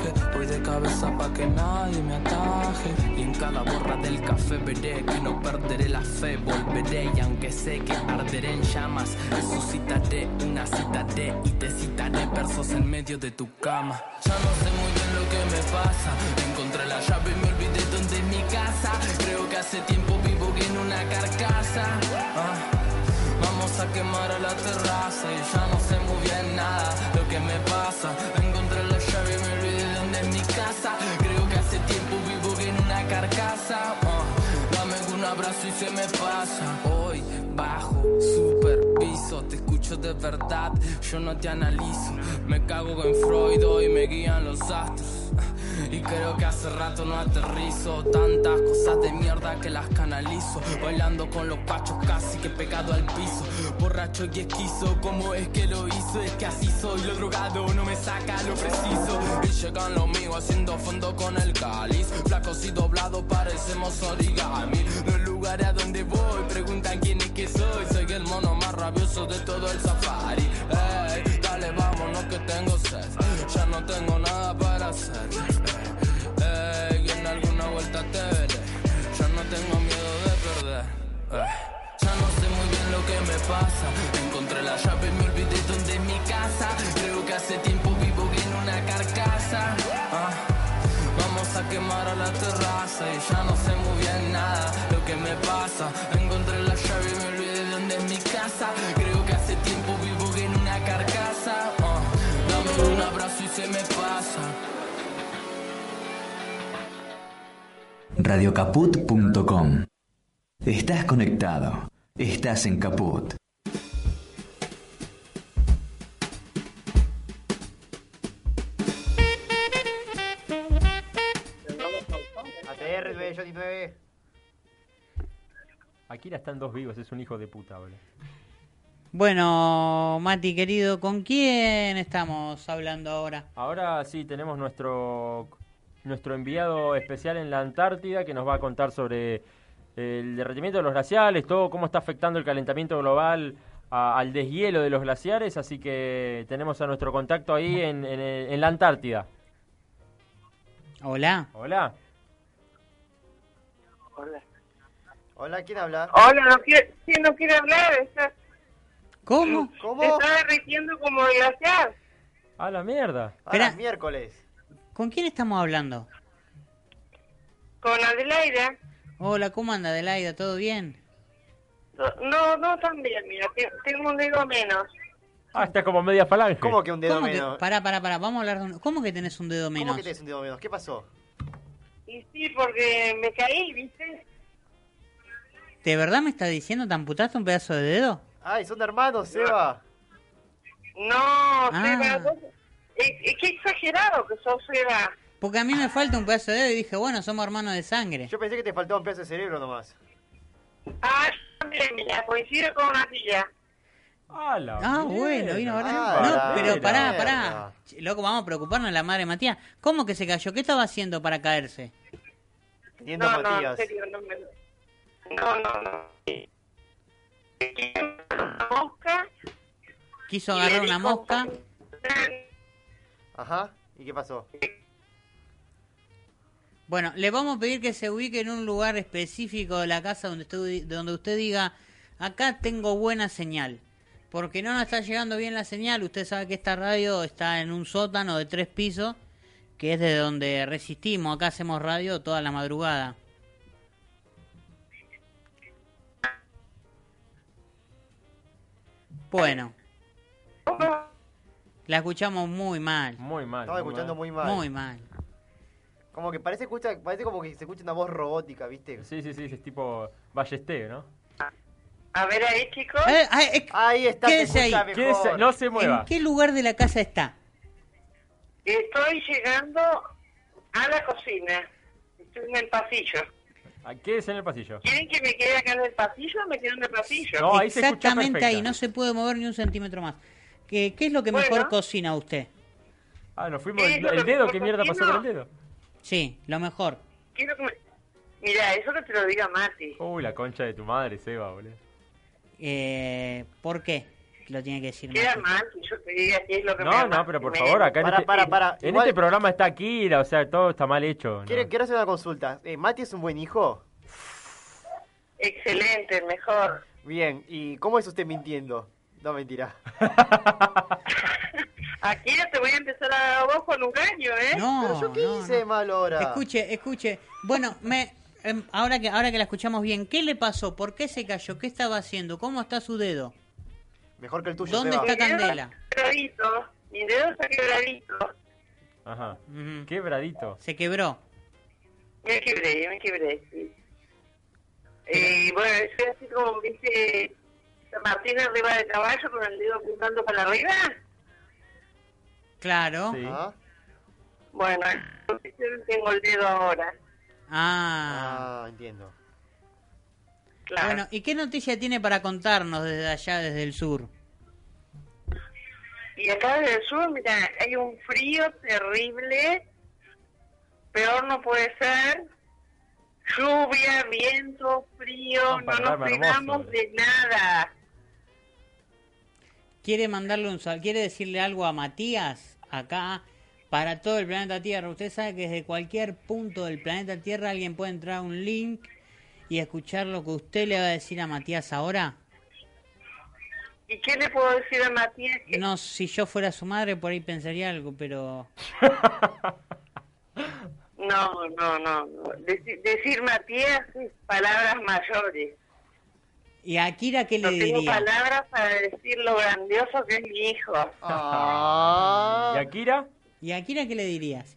viaje. Voy de cabeza pa' que nadie me ataje. Y en cada borra del café veré que no perderé la fe. Volveré y aunque sé que arderé en llamas, resucitaré una cita de y te citaré versos en medio de tu cama. Ya no sé muy bien lo que me pasa. Encontré la llave y me olvidé dónde es mi casa. Creo que hace tiempo vivo en una carcasa. Ah, vamos a quemar a la terraza y ya no sé muy bien nada lo que me pasa. Encontré la llave y me olvidé dónde es mi casa. Creo que hace tiempo vivo en una carcasa. Ah, dame un abrazo y se me pasa. Hoy bajo, superviso, te escucho de verdad, yo no te analizo. Me cago en Freud, hoy me guían los astros. Y creo que hace rato no aterrizo. Tantas cosas de mierda que las canalizo. Bailando con los pachos casi que pegado al piso. Borracho y esquizo, ¿cómo es que lo hizo? Es que así soy, lo drogado no me saca lo preciso. Y llegan los míos haciendo fondo con el cáliz. Flacos y doblados parecemos origami. Los lugares a donde voy preguntan quién es que soy. Soy el mono más rabioso de todo el safari. Ey, dale vámonos que tengo sed. Ya no tengo nada para hacer. Ey, en alguna vuelta te veré. Ya no tengo miedo de perder. Ey, ya no sé muy bien lo que me pasa. Encontré la llave y me olvidé dónde es mi casa. Creo que hace tiempo vivo en una carcasa. Ah, vamos a quemar a la terraza y ya no sé muy bien nada lo que me pasa. Encontré la llave y me olvidé dónde es mi casa. Creo que hace tiempo vivo en una carcasa. Ah, dame un abrazo y se me pasa. radio caput punto com. Estás conectado. Estás en Caput. A T R nueve Johnny nueve. Akira está en dos vivos, es un hijo de puta, boludo. Bueno, Mati querido, ¿con quién estamos hablando ahora? Ahora sí tenemos nuestro nuestro enviado especial en la Antártida que nos va a contar sobre el derretimiento de los glaciares, todo cómo está afectando el calentamiento global a, al deshielo de los glaciares, así que tenemos a nuestro contacto ahí en, en, en la Antártida. Hola. Hola. Hola. Hola, ¿quién habla? Hola, no quiere, ¿quién no quiere hablar? Está, ¿Cómo? ¿Cómo? Se está derritiendo como el glaciar. A la mierda. A las miércoles. ¿Con quién estamos hablando? Con Adelaida. Hola, ¿cómo anda Adelaida? ¿Todo bien? No, no tan bien, mira, tengo un dedo menos. Ah, está como media falange. ¿Cómo que un dedo ¿Cómo menos? Que, pará, pará, pará, vamos a hablar de un... ¿Cómo que tenés un dedo menos? ¿Cómo que tenés un dedo menos? ¿Qué pasó? Y sí, porque me caí, ¿viste? ¿De verdad me estás diciendo, te amputaste un pedazo de dedo? Ay, son hermanos, Seba. No, Ah. Seba, vos... Es, es que exagerado que sos, Seba. Porque a mí me falta un pedazo de dedo y dije, bueno, somos hermanos de sangre. Yo pensé que te faltaba un pedazo de cerebro nomás. Ah, también, mira, coincido con una tía. Ah, la Ah, mierda. bueno, vino ahora. Ah, no, la pero mierda. pará, pará. Che, loco, vamos a preocuparnos de la madre de Matías. ¿Cómo que se cayó? ¿Qué estaba haciendo para caerse? Teniendo No, no, en Matías. serio, no me... No, no, no. Una mosca. Quiso Y agarrar le una dijo, mosca. Ajá. ¿Y qué pasó? Bueno, le vamos a pedir que se ubique en un lugar específico de la casa donde usted, donde usted diga, acá tengo buena señal. Porque no nos está llegando bien la señal. Usted sabe que esta radio está en un sótano de tres pisos, que es de donde resistimos. Acá hacemos radio toda la madrugada. Bueno. La escuchamos muy mal. Muy mal. Estaba muy escuchando mal. muy mal. Muy mal. Como que parece, escucha, parece como que se escucha una voz robótica, ¿viste? Sí, sí, sí, es tipo Ballesteo, ¿no? A ver ahí, chicos. Eh, ay, eh, Ahí está, se Quédese escucha ahí. mejor. Quédese, no se mueva. ¿En qué lugar de la casa está? Estoy llegando a la cocina. Estoy en el pasillo. Ah, quédese en el pasillo. ¿Quieren que me quede acá en el pasillo o me quedo en el pasillo? No, ahí se escucha Exactamente perfecta. ahí, no se puede mover ni un centímetro más. ¿Qué, qué es lo que mejor Bueno. cocina usted? Ah, nos fuimos. ¿Qué es El, lo el que dedo, mejor ¿qué mierda pasó cocino? con el dedo? Sí, lo mejor. Quiero que me... Mira, eso que te lo diga Mati. Uy, la concha de tu madre, Seba, boludo. Eh, ¿Por qué? lo tiene que decir Queda Mati. mal que yo te diga qué es lo que me No, ama, no, pero por me- favor, acá en, Para, este, para, para. en Igual- este programa está Kira, o sea, todo está mal hecho. ¿no? Quiero, quiero hacer una consulta. Eh, ¿Mati es un buen hijo? Excelente, el mejor. Bien, ¿y cómo es usted mintiendo? No, mentira. Aquí ya te voy a empezar a dar a vos con un caño, ¿eh? No, ¿Pero yo qué no, hice de malo ahora? Escuche, escuche. Bueno, me em, ahora que ahora que la escuchamos bien, ¿qué le pasó? ¿Por qué se cayó? ¿Qué estaba haciendo? ¿Cómo está su dedo? Mejor que el tuyo, ¿Dónde Seba. está Mi dedo Candela? está quebradito, mi dedo está quebradito. Ajá. Ujú. Quebradito. Se quebró. Me quebré, me quebré, sí. Eh, bueno, soy así como, viste, San Martín arriba de caballo con el dedo apuntando para arriba. Claro. Sí. Ah, Bueno, yo tengo el dedo ahora. Ah. ah, entiendo. Claro. Bueno, ¿y qué noticia tiene para contarnos desde allá, desde el sur? Y acá desde el sur, mira, hay un frío terrible. Peor no puede ser. Lluvia, viento, frío, Un no nos panorama cuidamos hermoso. de nada. ¿Quiere mandarle un sal- quiere decirle algo a Matías acá para todo el planeta Tierra? Usted sabe que desde cualquier punto del planeta Tierra alguien puede entrar a un link y escuchar lo que usted le va a decir a Matías ahora. ¿Y qué le puedo decir a Matías? Que No, si yo fuera su madre por ahí pensaría algo, pero no, no, no. no. Deci- decir Matías es palabras mayores. ¿y a Akira qué le No tengo diría? palabras para decir lo grandioso que es mi hijo. Ah. ¿Y Akira? ¿Y a Akira qué le dirías?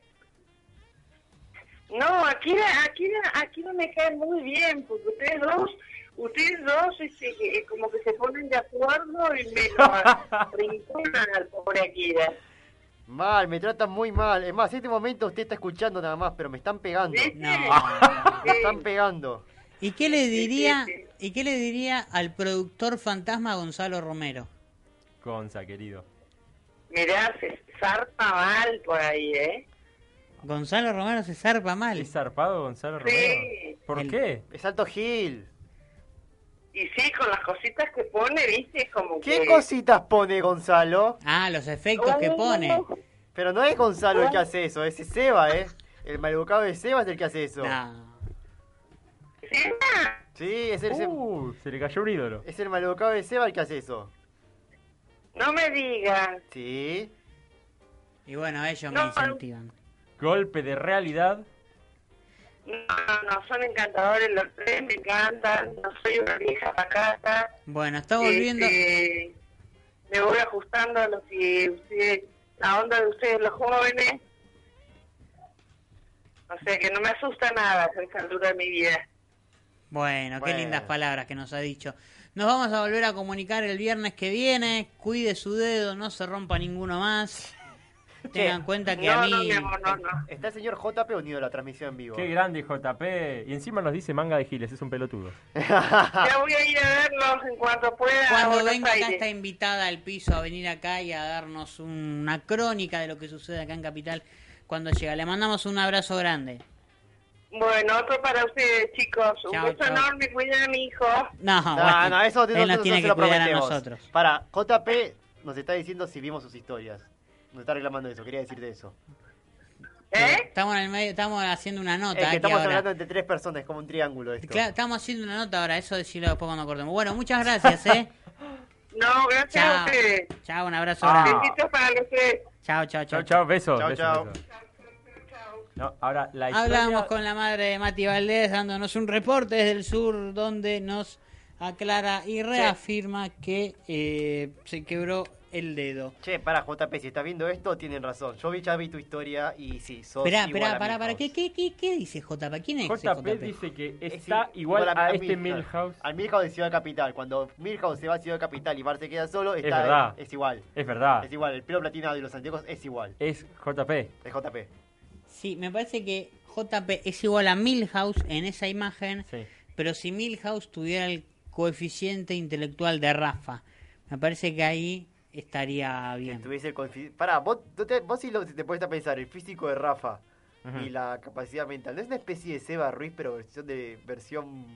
No, Akira, Akira, Akira me cae muy bien, porque ustedes dos, ustedes dos, este, que- como que se ponen de acuerdo y me lo rinconan al pobre Akira. Mal, me tratan muy mal. Es más, en este momento usted está escuchando nada más, pero me están pegando. ¿Viste? No. Me están pegando. ¿Y qué le diría? Sí, sí, ¿Y qué le diría al productor fantasma Gonzalo Romero? Gonza, querido. Mirá, se zarpa mal por ahí, ¿eh? Gonzalo Romero se zarpa mal. ¿Es zarpado Gonzalo Sí. Romero? ¿Por El- qué? Es Alto Gil. Y sí, con las cositas que pone, ¿viste? Como ¿Qué que... cositas pone Gonzalo? Ah, los efectos que pone. Pero no es Gonzalo el que hace eso, es Seba, ¿eh? El maleducado de Seba es el que hace eso. No. ¿Sí? Sí, es el, Uh, se le cayó un ídolo. es el maleducado de Seba el que hace eso. No me digan. Sí. Y bueno, ellos No, me incentivan. Golpe de realidad. No, no, son encantadores los tres, me encantan. No soy una vieja pacata. Bueno, está volviendo. Este, me voy ajustando a lo que ustedes, la onda de ustedes los jóvenes. O sea que no me asusta nada a esta altura de mi vida. Bueno, qué Bueno. lindas palabras que nos ha dicho. Nos vamos a volver a comunicar el viernes que viene. Cuide su dedo, no se rompa ninguno más. Tengan en cuenta que no, a mí... no, mi amor, no, no. ¿Está el señor J P unido a la transmisión en vivo? Qué grande J P. Y encima nos dice manga de giles, es un pelotudo. Ya voy a ir a verlos en cuanto pueda. a Cuando Buenos venga acá Aires. está invitada al piso a venir acá y a darnos una crónica de lo que sucede acá en Capital cuando llega. Le mandamos un abrazo grande. Bueno, otro para ustedes, chicos. Un Chao, beso chao. enorme, cuiden a mi hijo. No, No, bueno, no, eso, él eso- nos eso tiene se que lo cuidar a prometemos. nosotros. Para, J P nos está diciendo si vimos sus historias. Nos está reclamando eso, quería decirte eso. ¿Eh? Estamos en el medio, estamos haciendo una nota Es que aquí estamos ahora. hablando entre tres personas, es como un triángulo esto. Claro, estamos haciendo una nota ahora, eso decirlo después cuando cortemos. Bueno, muchas gracias, ¿eh? No, gracias Chao. a ustedes. Chao, un abrazo Ah. grande. Besitos para los tres. Chao, chao, Chao, chao. chao, besos. Chao, besos, chao. besos. No, ahora la historia... Hablamos con la madre de Mati Valdés dándonos un reporte desde el sur donde nos aclara y reafirma que eh, se quebró el dedo. Che, para J P, si estás viendo esto, tienen razón. Yo vi, ya vi tu historia y sí, sos Esperá, igual esperá, a pará, pará. Milhouse. ¿Qué, qué, qué, qué dice J P? ¿Quién es ese J J P P? dice que Es está i- igual a, este Milhouse. Milhouse. Al Milhouse de Ciudad Capital. Cuando Milhouse se va a Ciudad Capital y Bar se queda solo, está, verdad. es igual. Es verdad. Es igual, el pelo platinado y los anteojos es igual. Es J P. Es J P. Sí, me parece que J P es igual a Milhouse en esa imagen, Sí. pero si Milhouse tuviera el coeficiente intelectual de Rafa, me parece que ahí estaría bien. Tuviese el confi- Pará, vos, no te, vos sí lo, te puedes a pensar, el físico de Rafa Ujú. y la capacidad mental. ¿No es una especie de Seba Ruiz, pero versión de versión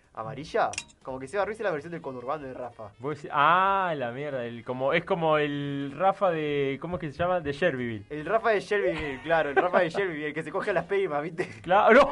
¿Amarilla? Como que Seba Ruiz es la versión del conurbano de Rafa. Vos decís, ah, la mierda. El, como, es como el Rafa de. ¿Cómo es que se llama? De Shelbyville. El Rafa de Shelbyville, claro, el Rafa de Shelbyville, el que se coge a las primas, ¿viste? Claro.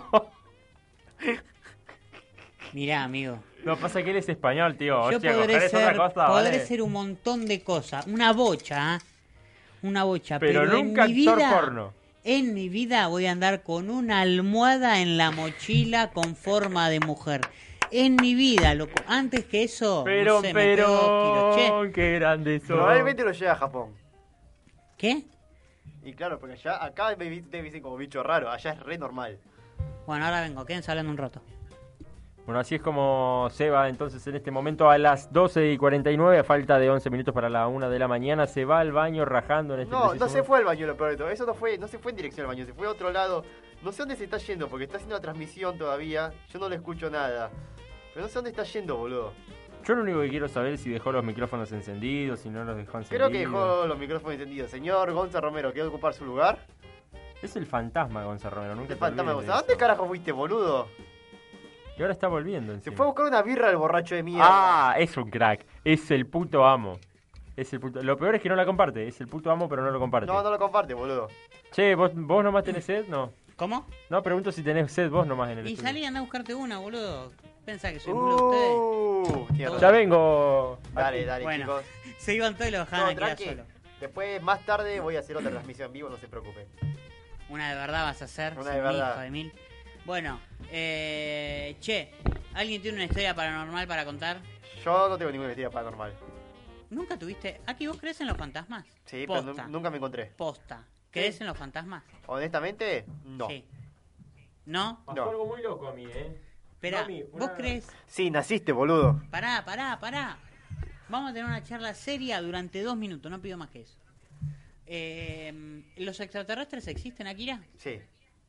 Mirá, amigo. No, pasa que él es español, tío. Yo Hostia, podré, coger es ser, otra cosa, podré ¿vale? ser un montón de cosas. Una bocha, ¿eh? Una bocha. Pero, Pero, nunca en mi actor vida, porno. En mi vida voy a andar con una almohada en la mochila con forma de mujer. En mi vida, loco. Antes que eso, Pero, no sé, me pego dos kilos. Che, qué grande sos. Probablemente lo lleva a Japón. ¿qué? Y claro, porque allá, acá me, vi- te dicen como bicho raro, allá es re normal. Bueno, ahora vengo. Quédense hablando un rato. Bueno, así es como se va entonces en este momento a las doce y cuarenta y nueve, a falta de once minutos para la una de la mañana, se va al baño rajando en este No, preciso no se momento. fue al baño lo peor de todo. Eso no fue, no se fue en dirección al baño, se fue a otro lado. No sé dónde se está yendo, porque está haciendo la transmisión todavía. Yo no le escucho nada. Pero no sé dónde está yendo, boludo. Yo lo único que quiero saber es si dejó los micrófonos encendidos, si no los dejó encendidos. Creo que dejó los micrófonos encendidos. Señor Gonza Romero, ¿quiere ocupar su lugar? Es el fantasma Gonzalo Romero, nunca ¿Qué te fantasma olvides Gonza? de ¿Dónde eso. carajo fuiste, boludo? Y ahora está volviendo Se encima. fue a buscar una birra el borracho de mierda. Ah, es un crack. Es el puto amo. Es el puto... Lo peor es que no la comparte. Es el puto amo, pero no lo comparte. No, no lo comparte, boludo. Che, ¿vos, ¿vos nomás tenés sed? No. ¿Cómo? No, pregunto si tenés sed vos nomás en el Y estudio. salí, anda a buscarte una, boludo. Pensá que soy culo de ustedes. Uh, tiene Todo. razón. Ya vengo. Dale, dale, Bueno, chicos. se iban todos y lo dejaban No, aquí a tranqui. solo. Después, más tarde, voy a hacer otra transmisión en vivo, no se preocupen. Una de verdad vas a hacer. Una sin de verdad. hijo de mil. Bueno, eh, che, ¿alguien tiene una historia paranormal para contar? Yo no tengo ninguna historia paranormal. ¿Nunca tuviste? ¿Aquí vos crees en los fantasmas? Sí, pero Posta. nu- nunca me encontré. Posta. ¿Crees en los fantasmas? Honestamente, no. Sí. ¿No? Pasó No. algo muy loco a mí, ¿eh? Espera, Mami, ¿vos una- crees? Sí, naciste, boludo. Pará, pará, pará. Vamos a tener una charla seria durante dos minutos, no pido más que eso. Eh, ¿Los extraterrestres existen, Akira? Sí.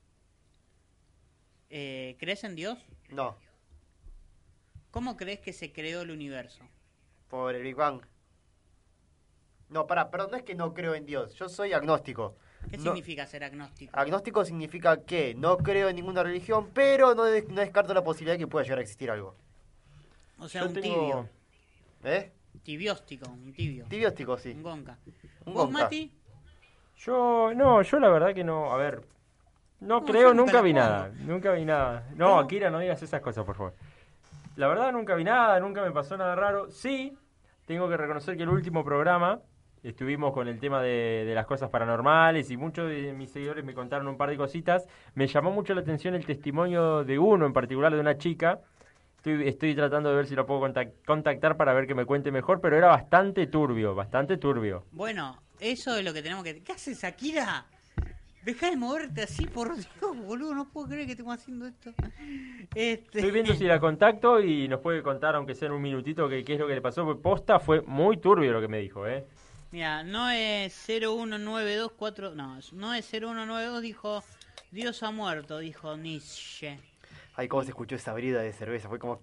Eh, ¿Crees en Dios? No. ¿Cómo crees que se creó el universo? Por el Big Bang. No, pará, perdón, no es que no creo en Dios. Yo soy agnóstico. ¿Qué No- significa ser agnóstico? Agnóstico significa que no creo en ninguna religión, pero no, des- no descarto la posibilidad de que pueda llegar a existir algo. O sea, Yo un tengo- tibio. ¿Eh? Tibióstico, un tibio. Tibióstico, sí. Un gonca. Un ¿Vos, gonca. Mati? Yo, no, yo la verdad que no, a ver. No, No, creo, yo nunca nunca la vi pongo. nada. Nunca vi nada. No, ¿Cómo? Akira, no digas esas cosas, por favor. La verdad nunca vi nada, nunca me pasó nada raro. Sí, tengo que reconocer que el último programa estuvimos con el tema de, de las cosas paranormales y muchos de mis seguidores me contaron un par de cositas. Me llamó mucho la atención el testimonio de uno en particular, de una chica. Estoy, estoy tratando de ver si lo puedo contac- contactar para ver que me cuente mejor, pero era bastante turbio, bastante turbio. Bueno, eso es lo que tenemos que... ¿Qué haces, Akira? Deja de moverte así, por Dios, boludo. No puedo creer que estemos haciendo esto. Este... Estoy viendo si la contacto y nos puede contar, aunque sea en un minutito, qué qué es lo que le pasó. Porque posta fue muy turbio lo que me dijo, ¿eh? Mira, no es cero uno nueve dos cuatro... No, no es cero uno nueve dos, dijo... Dios ha muerto, dijo Nietzsche. Ay, cómo se escuchó esa brida de cerveza. Fue como...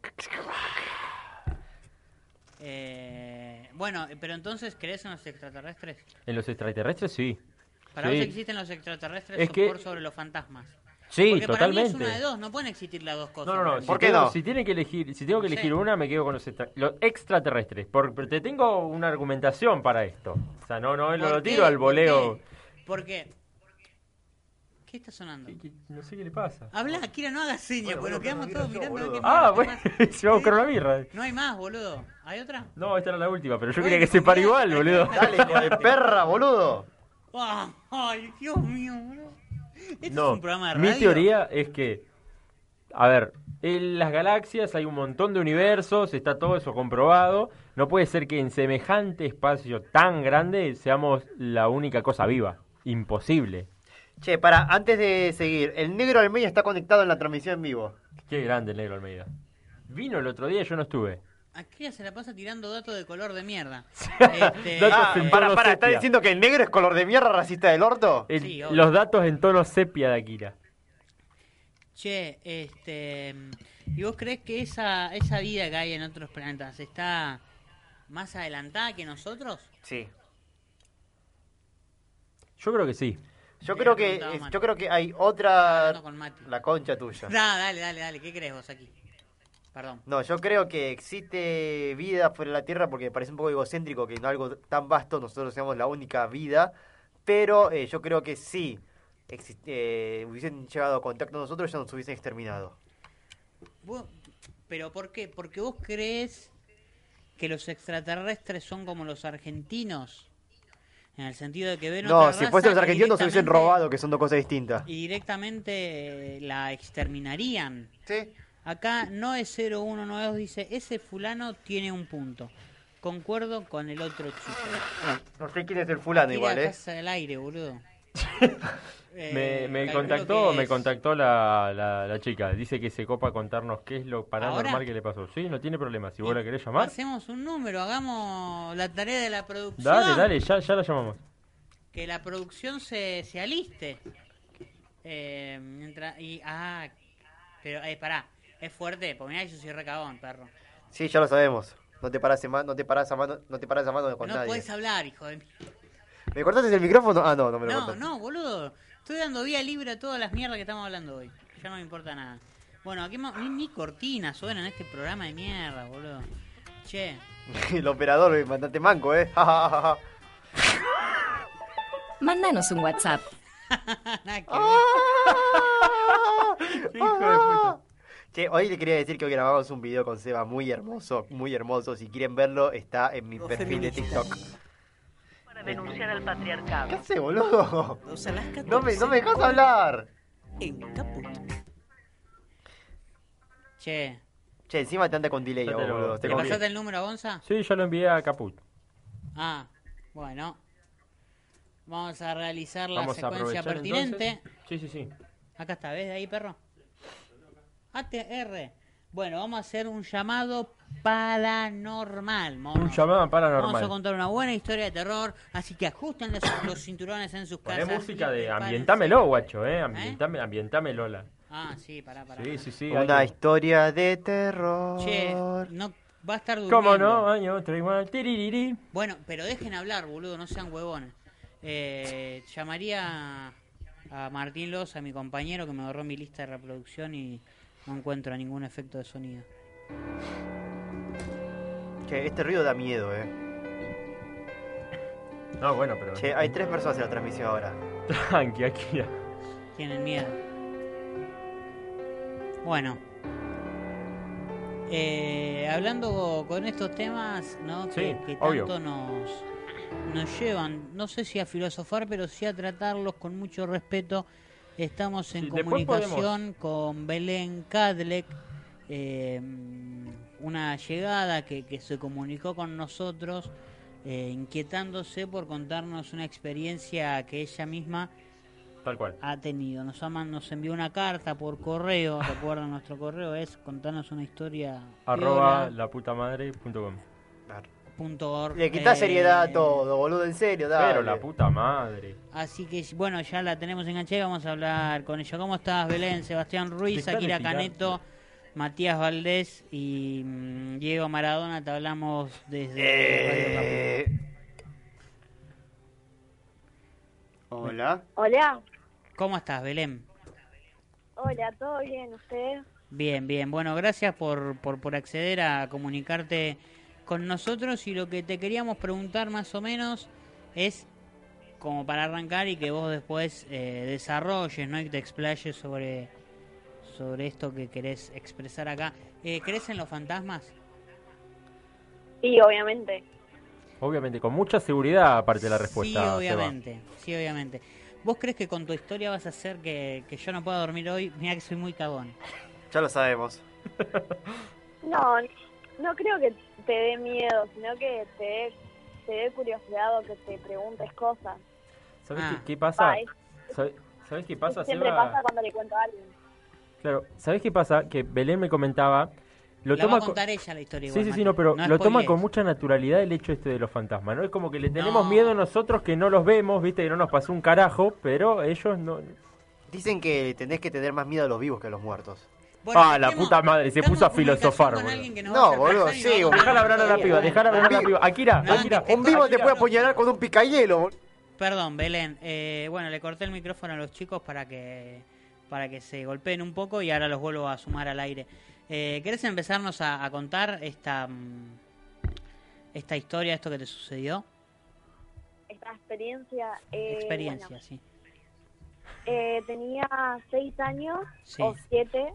Eh, bueno, pero entonces, ¿crees en los extraterrestres? En los extraterrestres, sí. Para Sí. vos existen los extraterrestres Es que- por sobre los fantasmas. Sí, Porque para mí es totalmente. una de dos, no pueden existir las dos cosas. No, no, no. para Si mí. tengo, Si, tiene que elegir, si tengo que No elegir sé. una, me quedo con los, extra- los extraterrestres. Por, pero te tengo una argumentación para esto. O sea, no, no, no ¿Por lo qué? tiro al ¿Por voleo. qué? ¿Por qué? ¿Qué está sonando? No sé qué le pasa. Habla, Akira, no hagas señas, Bueno, porque nos bueno, quedamos pero todos mira yo, mirando. a ver qué Ah, mierda bueno, pasa. se va a buscar una birra. No hay más, boludo. ¿Hay otra? No, esta era la última, pero yo Bueno, quería que se pare mirá, igual, boludo. Dale, hijo de perra, boludo. Ah, ay, Dios mío, boludo. Este No, es un programa de mi radio. teoría es que, a ver, en las galaxias hay un montón de universos, está todo eso comprobado. No puede ser que en semejante espacio tan grande seamos la única cosa viva. Imposible. Che, para, antes de seguir, el negro Almeida está conectado en la transmisión en vivo. Qué grande el negro Almeida. Vino el otro día y yo no estuve. Akira se la pasa tirando datos de color de mierda. Este, Datos Ah, en para, tono para, ¿estás sepia. diciendo que el negro es color de mierda racista del orto? El- Sí, obvio. los datos en tono sepia de Akira. Che, este, ¿y vos crees que esa esa vida que hay en otros planetas está más adelantada que nosotros? Sí. Yo creo que sí. Yo Te creo había que preguntado, Mati. yo creo que hay otra Hablando con Mati. la concha tuya. Da, dale, dale, dale, ¿qué crees vos aquí? Perdón. No, yo creo que existe vida fuera de la Tierra porque me parece un poco egocéntrico que en algo tan vasto nosotros seamos la única vida, pero eh, yo creo que sí existe, eh, hubiesen llegado a contacto con nosotros ya nos hubiesen exterminado. ¿Vos, ¿Pero por qué? Porque vos crees que los extraterrestres son como los argentinos, en el sentido de que ven No, otra si raza fuesen los y argentinos nos hubiesen directamente- robado, que son dos cosas distintas. y directamente eh, la exterminarían. Sí. Acá no es cero uno nueve dos, dice, ese fulano tiene un punto. Concuerdo con el otro chico. No sé quién es el fulano Tira igual, a ¿eh? casa del aire, boludo. Me, Eh, me calculo contactó, que me es- contactó la, la, la chica. Dice que se copa contarnos qué es lo paranormal ¿Ahora? que le pasó. Sí, no tiene problema. Si vos la querés llamar, Hacemos un número, hagamos la tarea de la producción. dale, dale, ya, ya la llamamos. Que la producción se, se aliste. Eh, mientras, y, ah, pero, eh, pará, es fuerte, porque mirá, yo soy recagón, perro. Sí, ya lo sabemos. No te paras a mano, no te paras a mano, no te paras a mano con No nadie. puedes hablar, hijo de... ¿Me cortaste el micrófono? Ah, no, no me lo No, cortaste. no, boludo. Estoy dando vía libre a todas las mierdas que estamos hablando hoy. Ya no me importa nada. Bueno, aquí mo- ni, ni cortinas suenan en este programa de mierda, boludo. Che. El operador, mandate manco, ¿eh? Ja, ja, ja, ja. Mándanos un WhatsApp. Nada que Ah. Che, hoy le quería decir que hoy grabamos un video con Seba muy hermoso, muy hermoso. Si quieren verlo, está en mi perfil de TikTok. Para denunciar al patriarcado. ¿Qué hace, boludo? No me, no me dejas hablar. En Caput. Che. Che, encima te anda con delay, Ya te lo- boludo. Te ¿Le conviene. pasaste el número a Gonza? Sí, yo lo envié a Caput. Ah, bueno. Vamos a realizar la Vamos a secuencia aprovechar pertinente. entonces. Sí, sí, sí. Acá está, ¿ves de ahí, perro? A T R. Bueno, vamos a hacer un llamado paranormal, monos. Un llamado paranormal. Vamos a contar una buena historia de terror, así que ajusten los, los cinturones en sus Poné casas. música y de prepárense. ambientámelo, guacho, eh. Ambientame, ambientame Lola. Ah, sí, pará, pará. Sí, sí, sí. Una hay- historia de terror. Che, no va a estar durmiendo. ¿Cómo no? Año otro igual. Tiririri. Bueno, pero dejen hablar, boludo, no sean huevones. Eh, llamaría a Martín Loza, mi compañero, que me agarró mi lista de reproducción y no encuentro ningún efecto de sonido. Che, este ruido da miedo, eh. No, bueno, pero. Che, hay tres personas en la transmisión ahora. Tranqui, aquí. Tienen miedo. Bueno. Eh, hablando con estos temas, ¿no? Que, Sí, que obvio. tanto nos, nos llevan, no sé si a filosofar, pero sí a tratarlos con mucho respeto. Estamos en Sí, después comunicación con Belén Cadlec, eh, una llegada que, que se comunicó con nosotros, eh, inquietándose por contarnos una experiencia que ella misma Tal cual. ha tenido. Nos, ama- nos envió una carta por correo, recuerden nuestro correo es contarnos una historia Arroba piola laputamadre punto com. punto org. Le quitás Eh, seriedad a todo, boludo, en serio, dale. Pero la puta madre. Así que bueno, ya la tenemos enganchada y vamos a hablar con ella. ¿Cómo estás, Belén? Sebastián Ruiz, Dejá de Akira tirar. Caneto, Matías Valdés y mm, Diego Maradona. Te hablamos desde Eh... Radio Hola. Caput. Hola. ¿Cómo estás, Belén? Hola, ¿todo bien? ¿Usted? Bien, bien. Bueno, gracias por, por, por acceder a comunicarte con nosotros y lo que te queríamos preguntar más o menos es como para arrancar y que vos después eh, desarrolles, ¿no? Y te explayes sobre, sobre esto que querés expresar acá. Eh, ¿Crees en los fantasmas? Sí, obviamente. Obviamente, con mucha seguridad, aparte de la respuesta. Sí, Seba. obviamente. Sí, obviamente. ¿Vos crees que con tu historia vas a hacer que, que yo no pueda dormir hoy? Mira que soy muy cagón. Ya lo sabemos. No, no creo que te dé miedo, sino que te dé, te dé curiosidad o que te preguntes cosas. ¿Sabes Ah. qué, qué pasa? Ah, es- ¿Sabes, sabes qué pasa, Siempre Seba? pasa cuando le cuento a alguien. Claro, ¿sabes qué pasa? Que Belén me comentaba. Lo La toma va a con- contar ella la historia Sí, igual, sí, sí, Mati. no, pero No lo toma spoilees. con mucha naturalidad el hecho este de los fantasmas, ¿no? Es como que le tenemos No. miedo nosotros que no los vemos, viste, que no nos pasó un carajo, pero ellos no... Dicen que tenés que tener más miedo a los vivos que a los muertos. Bueno, ah, la estemos- puta madre, se estamos puso a en comunicación filosofar, con boludo. alguien que nos No, va a hacer boludo, pensar y sí, nos va a boludo. Dejala hablar a la piba, dejala hablar a la piba. Akira, No, Akira. que- Un vivo te Akira. puede apuñalar con un picahielo, boludo. Perdón, Belén. Eh, bueno, le corté el micrófono a los chicos para que para que se golpeen un poco y ahora los vuelvo a sumar al aire. Eh, ¿Querés empezarnos a, a contar esta, mm, esta historia, esto que te sucedió? Esta experiencia. Eh, Experiencia, bueno, sí. eh, tenía seis años Sí. o siete.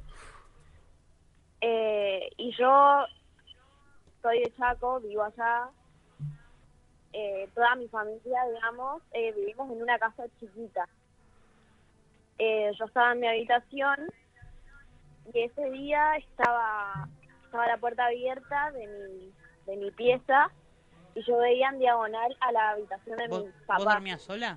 Eh, y yo soy de Chaco, vivo allá. Eh, toda mi familia, digamos, eh, vivimos en una casa chiquita. Eh, yo estaba en mi habitación y ese día estaba estaba la puerta abierta de mi, de mi pieza y yo veía en diagonal a la habitación de ¿Vos, mi ¿Vos papá. dormías sola?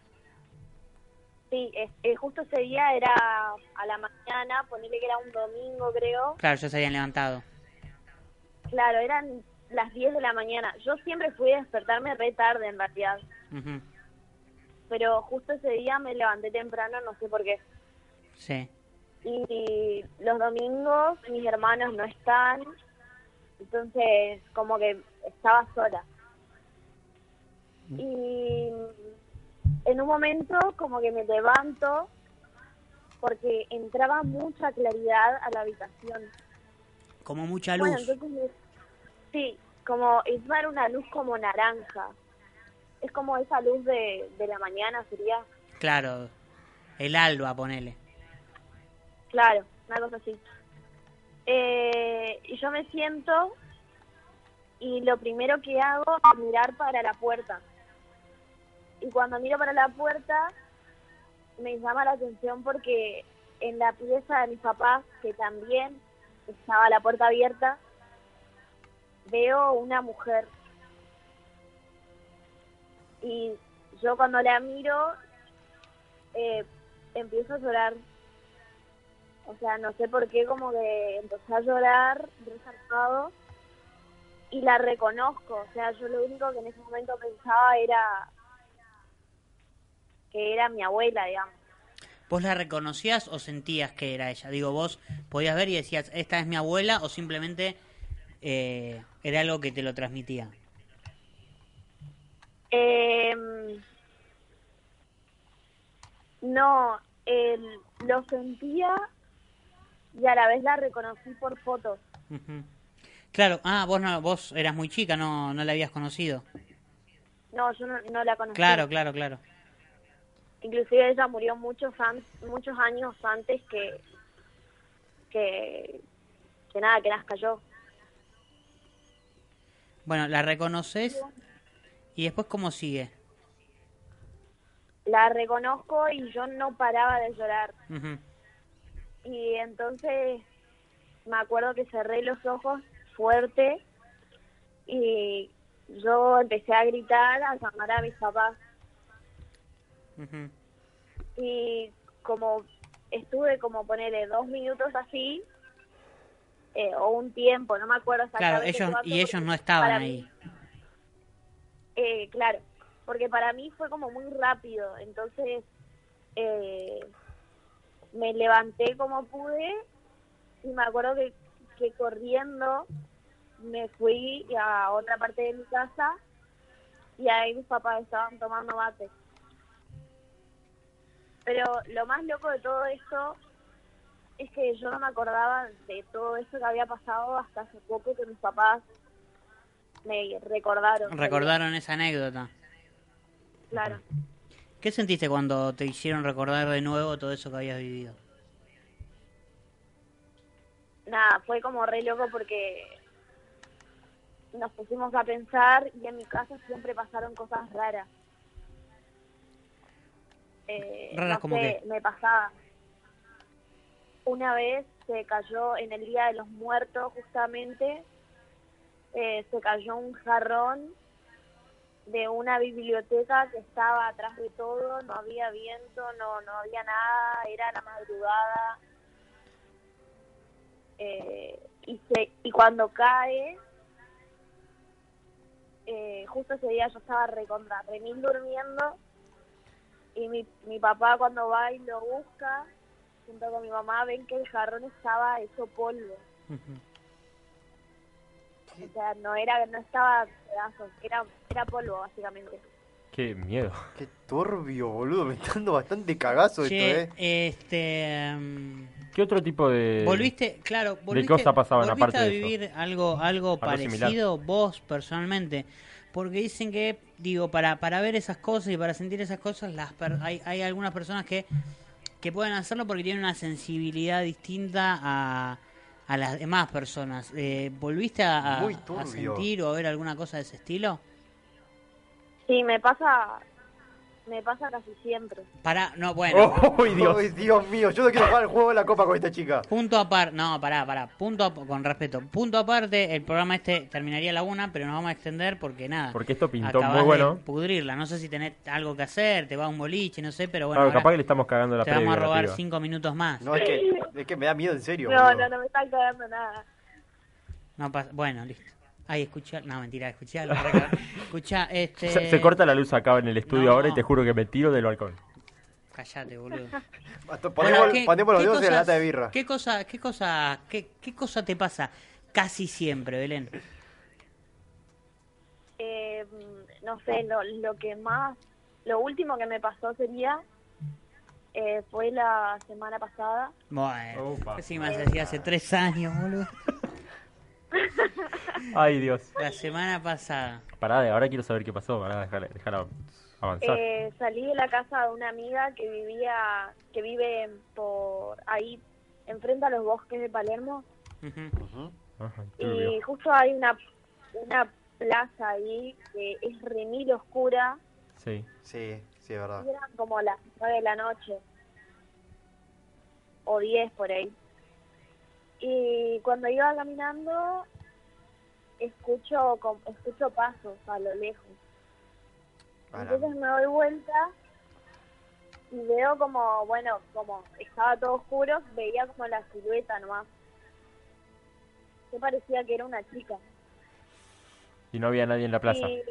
Sí, es, eh, justo ese día era a la mañana, ponerle que era un domingo, creo. Claro, ya se habían levantado. Claro, eran las diez de la mañana. Yo siempre fui a despertarme re tarde, en realidad. Ujú. Pero justo ese día me levanté temprano, no sé por qué. Sí. Y los domingos mis hermanos no están, entonces como que estaba sola. Y en un momento como que me levanto porque entraba mucha claridad a la habitación. Como mucha luz. Bueno, entonces me- sí, como encima era una luz como naranja. Es como esa luz de, de la mañana sería, Claro, el alba, ponele. claro, una cosa así. Eh, y yo me siento y lo primero que hago es mirar para la puerta. Y cuando miro para la puerta me llama la atención porque en la pieza de mis papás, que también estaba la puerta abierta, veo una mujer. Y yo cuando la miro eh, empiezo a llorar. O sea, no sé por qué, como que empecé a llorar, resarpado, y la reconozco. O sea, yo lo único que en ese momento pensaba era que era mi abuela, digamos. ¿Vos la reconocías o sentías que era ella? Digo, vos podías ver y decías, esta es mi abuela, o simplemente eh, era algo que te lo transmitía. Eh, no, el- lo sentía y a la vez la reconocí por fotos. Ujú. Claro, ah, vos no, vos eras muy chica, no, no la habías conocido. No, yo no, no la conocí. Claro, claro, claro. Inclusive ella murió muchos an- muchos años antes que que que nada, que nazca yo. Bueno, la reconoces y después ¿cómo sigue? La reconozco y yo no paraba de llorar. Ujú. Y entonces me acuerdo que cerré los ojos fuerte y yo empecé a gritar, a llamar a mis papás. Ujú. Y como estuve como ponerle dos minutos así, eh, o un tiempo, no me acuerdo Claro, exactamente ellos cuánto, y ellos porque no estaban para ahí. mí- eh, claro, porque para mí fue como muy rápido, entonces eh, me levanté como pude y me acuerdo que, que corriendo me fui a otra parte de mi casa y ahí mis papás estaban tomando mate. Pero lo más loco de todo esto es que yo no me acordaba de todo eso que había pasado hasta hace poco que mis papás me recordaron. Recordaron esa anécdota. Claro. ¿Qué sentiste cuando te hicieron recordar de nuevo todo eso que habías vivido? Nada, fue como re loco porque nos pusimos a pensar y en mi casa siempre pasaron cosas raras. Eh, ¿Raras no como sé, qué? me pasaba. Una vez se cayó en el Día de los Muertos, justamente, eh, se cayó un jarrón de una biblioteca que estaba atrás de todo, no había viento, no, no había nada, era la madrugada. Eh, y, se, y cuando cae, eh, justo ese día yo estaba recontra, remil durmiendo, y mi, mi papá cuando va y lo busca, junto con mi mamá, ven que el jarrón estaba hecho polvo. O sea, no era, no estaba pedazos, era, era polvo básicamente. Qué miedo. Qué turbio, boludo. Me está dando bastante cagazo Che, esto, eh. este... mm, ¿Qué otro tipo de... Volviste, claro, volviste, ¿De qué cosa pasaban volviste aparte a de vivir eso? algo, algo parecido similar. vos personalmente. Porque dicen que, digo, para, para ver esas cosas y para sentir esas cosas, las per- hay, hay algunas personas que, que pueden hacerlo porque tienen una sensibilidad distinta a, a las demás personas. Eh, ¿Volviste a, a- Muy a turbio. sentir o a ver alguna cosa de ese estilo? Sí, me pasa, me pasa casi siempre. Pará, no, bueno. ¡Ay, Dios! ¡Ay, Dios mío! Yo no quiero jugar el juego de la copa con esta chica. Punto aparte, no, pará, pará, punto ap- con respeto. Punto aparte, el programa este terminaría a la una, pero nos vamos a extender porque nada. Porque esto pintó acabás muy bueno. de pudrirla, no sé si tenés algo que hacer, te va a un boliche, no sé, pero bueno, Claro, ahora capaz que le estamos cagando la te vamos a previa, la robar piba. cinco minutos más. No, es que, es que me da miedo, en serio. No, boludo. no, no me están cagando nada. No pasa, bueno, listo. Ay, escuchá, no, mentira, escuchá, escuchá, este... Se, se corta la luz acá en el estudio No. ahora y te juro que me tiro del balcón. Callate, boludo. Ponemos, Bueno, ¿qué- ponemos los qué dedos en la cosas- lata de birra. ¿Qué cosa, qué cosa, qué, qué cosa te pasa casi siempre, Belén? Eh, no sé, lo, lo que más, lo último que me pasó sería, eh, fue la semana pasada. Bueno, Upa. encima se hacía hace tres años, boludo. Ay, Dios. La semana pasada. Pará, de- ahora quiero saber qué pasó. Pará, déjala, déjala avanzar. Eh, salí de la casa de una amiga que vivía, que vive por ahí, enfrente a los bosques de Palermo, Ajá, y turbio. justo hay una, una plaza ahí que es re mil oscura, Sí. Sí, sí, es verdad. y eran como las nueve de la noche, o diez por ahí. Y cuando iba caminando, escucho, com- escucho pasos a lo lejos. A la- Entonces me doy vuelta y veo como, bueno, como estaba todo oscuro, veía como la silueta nomás. Que parecía que era una chica. Y no había nadie en la plaza. Y...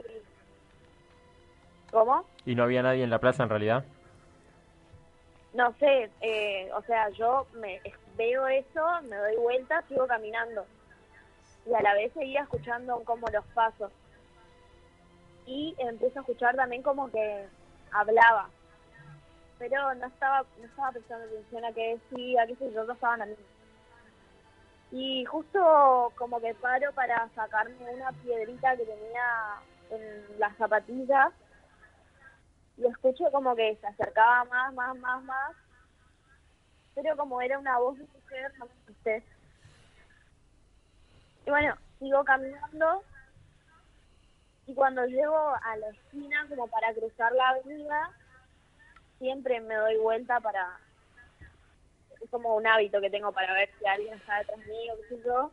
¿Cómo? ¿Y no había nadie en la plaza en realidad? No sé, eh, o sea, yo me veo eso, me doy vuelta, sigo caminando. Y a la vez seguía escuchando como los pasos. Y empiezo a escuchar también como que hablaba. Pero no estaba no estaba prestando atención a qué decía, qué sé yo, no estaban a mí. Y justo como que paro para sacarme una piedrita que tenía en las zapatillas. Y escucho como que se acercaba más, más, más, más. Pero como era una voz de mujer, no me asusté. Y bueno, sigo caminando. Y cuando llego a la esquina, como para cruzar la avenida, siempre me doy vuelta para... Es como un hábito que tengo para ver si alguien está detrás mío, qué sé yo.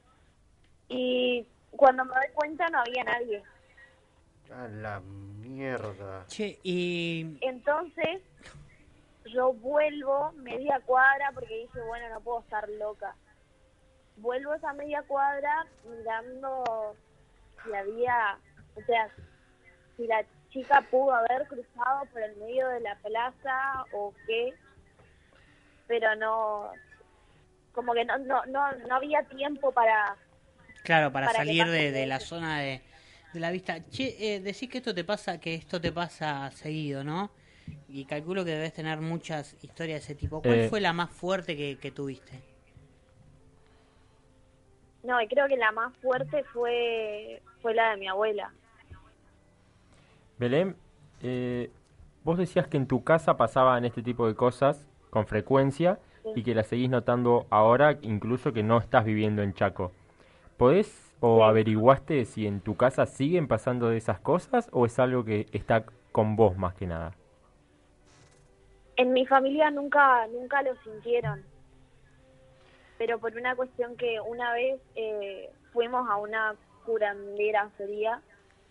Y cuando me doy cuenta no había nadie. A la mierda. Che, y... Entonces, yo vuelvo media cuadra porque dije, bueno, no puedo estar loca. Vuelvo esa media cuadra mirando si había, o sea, si la chica pudo haber cruzado por el medio de la plaza o qué, pero no, como que no, no, no, no había tiempo para... Claro, para, para que salir pase de, de eso. la zona de, de la vista. Che, eh, decís que esto te pasa, que esto te pasa seguido, ¿no? Y calculo que debes tener muchas historias de ese tipo. ¿Cuál Eh. fue la más fuerte que, que tuviste? No, y creo que la más fuerte fue, fue la de mi abuela. Belén, eh, vos decías que en tu casa pasaban este tipo de cosas con frecuencia Sí. y que las seguís notando ahora, incluso que no estás viviendo en Chaco. ¿Podés o averiguaste si en tu casa siguen pasando de esas cosas o es algo que está con vos más que nada? En mi familia nunca nunca lo sintieron, pero por una cuestión que una vez eh, fuimos a una curandera sería